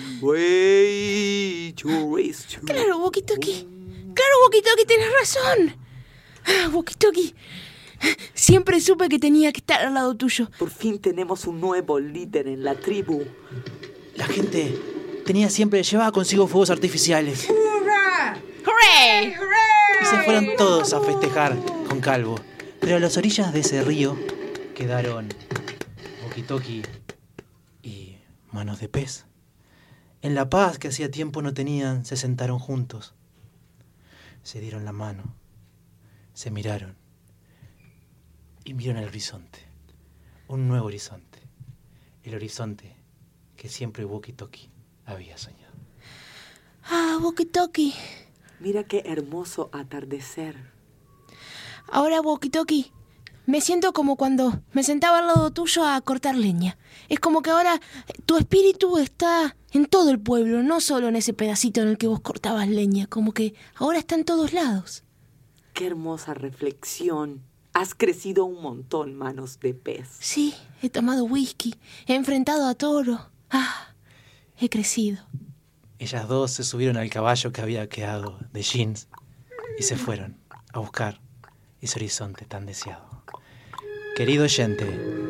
Speaker 2: Claro, Woki Toki. Claro, Woki Toki, tenés razón. Woki Toki, siempre supe que tenía que estar al lado tuyo.
Speaker 4: Por fin tenemos un nuevo líder en la tribu.
Speaker 1: La gente llevaba consigo fuegos artificiales.
Speaker 3: ¡Hurra!
Speaker 2: ¡Hooray!
Speaker 1: Y se fueron todos a festejar con Calvo. Pero a las orillas de ese río quedaron Woki Toki y Manos de Pez. En la paz que hacía tiempo no tenían, se sentaron juntos. Se dieron la mano, se miraron y miraron el horizonte. Un nuevo horizonte. El horizonte que siempre Woki Toki había soñado.
Speaker 2: Woki Toki.
Speaker 4: Mira qué hermoso atardecer.
Speaker 2: Ahora, Woki Toki, me siento como cuando me sentaba al lado tuyo a cortar leña. Es como que ahora tu espíritu está en todo el pueblo, no solo en ese pedacito en el que vos cortabas leña. Como que ahora está en todos lados.
Speaker 4: Qué hermosa reflexión. Has crecido un montón, Manos de Pez.
Speaker 2: Sí, he tomado whisky, he enfrentado a Toro. He crecido.
Speaker 1: Ellas dos se subieron al caballo que había quedado de Jeans y se fueron a buscar ese horizonte tan deseado. Querido oyente,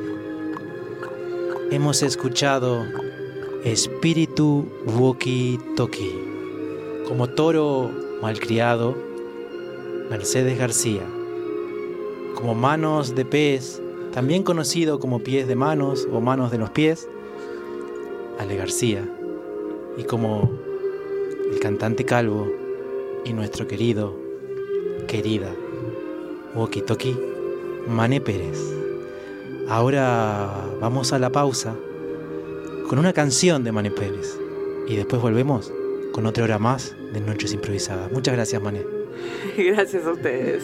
Speaker 1: hemos escuchado Espíritu Woki Toki. Como Toro Malcriado, Mercedes García. Como Manos de Pez, también conocido como Pies de Manos o Manos de los Pies, Ale García. Y como el cantante Calvo y nuestro querida Woki Toki, Mané Pérez. Ahora vamos a la pausa con una canción de Mané Pérez y después volvemos con otra hora más de Noches Improvisadas. Muchas gracias, Mané.
Speaker 4: Gracias a ustedes.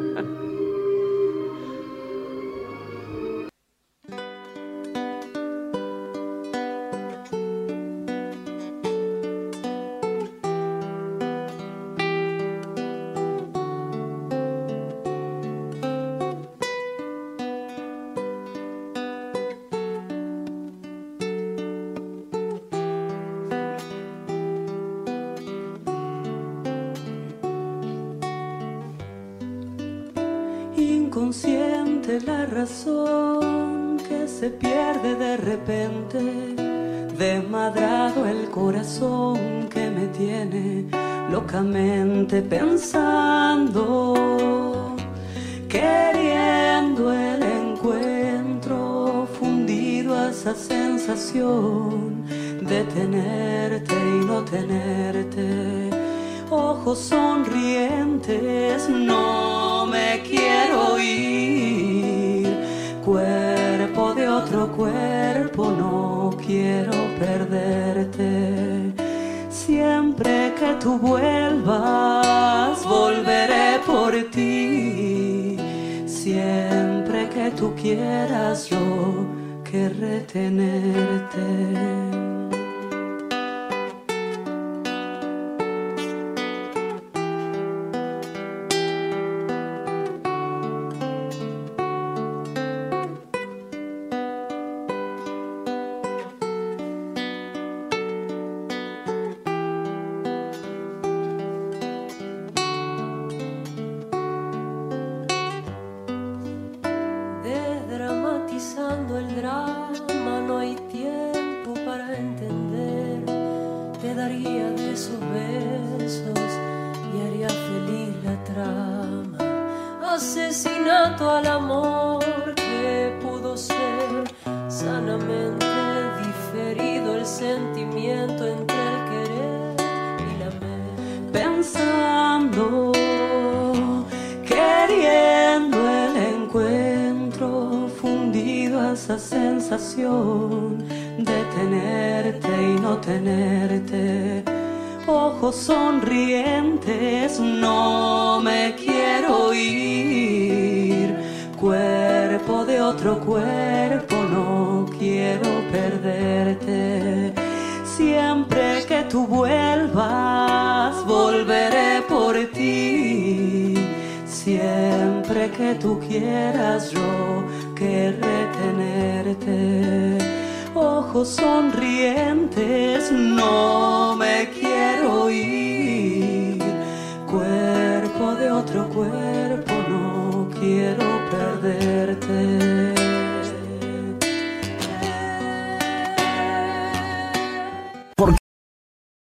Speaker 8: Inconsciente la razón que se pierde de repente, desmadrado el corazón que me tiene locamente pensando, queriendo esa sensación de tenerte y no tenerte. Ojos sonrientes, no me quiero ir. Cuerpo de otro cuerpo, no quiero perderte. Siempre que tú vuelvas, volveré por ti. Siempre que tú quieras, yo querré tenerte. Asesinato al amor que pudo ser sanamente diferido, el sentimiento entre el querer y la mente. Pensando, queriendo el encuentro, fundido a esa sensación de tenerte y no tenerte. Ojos sonrientes, no me quiero ir. Cuerpo de otro cuerpo, no quiero perderte. Siempre que tú vuelvas, volveré por ti. Siempre que tú quieras, yo querré tenerte. Ojos sonrientes, no me quiero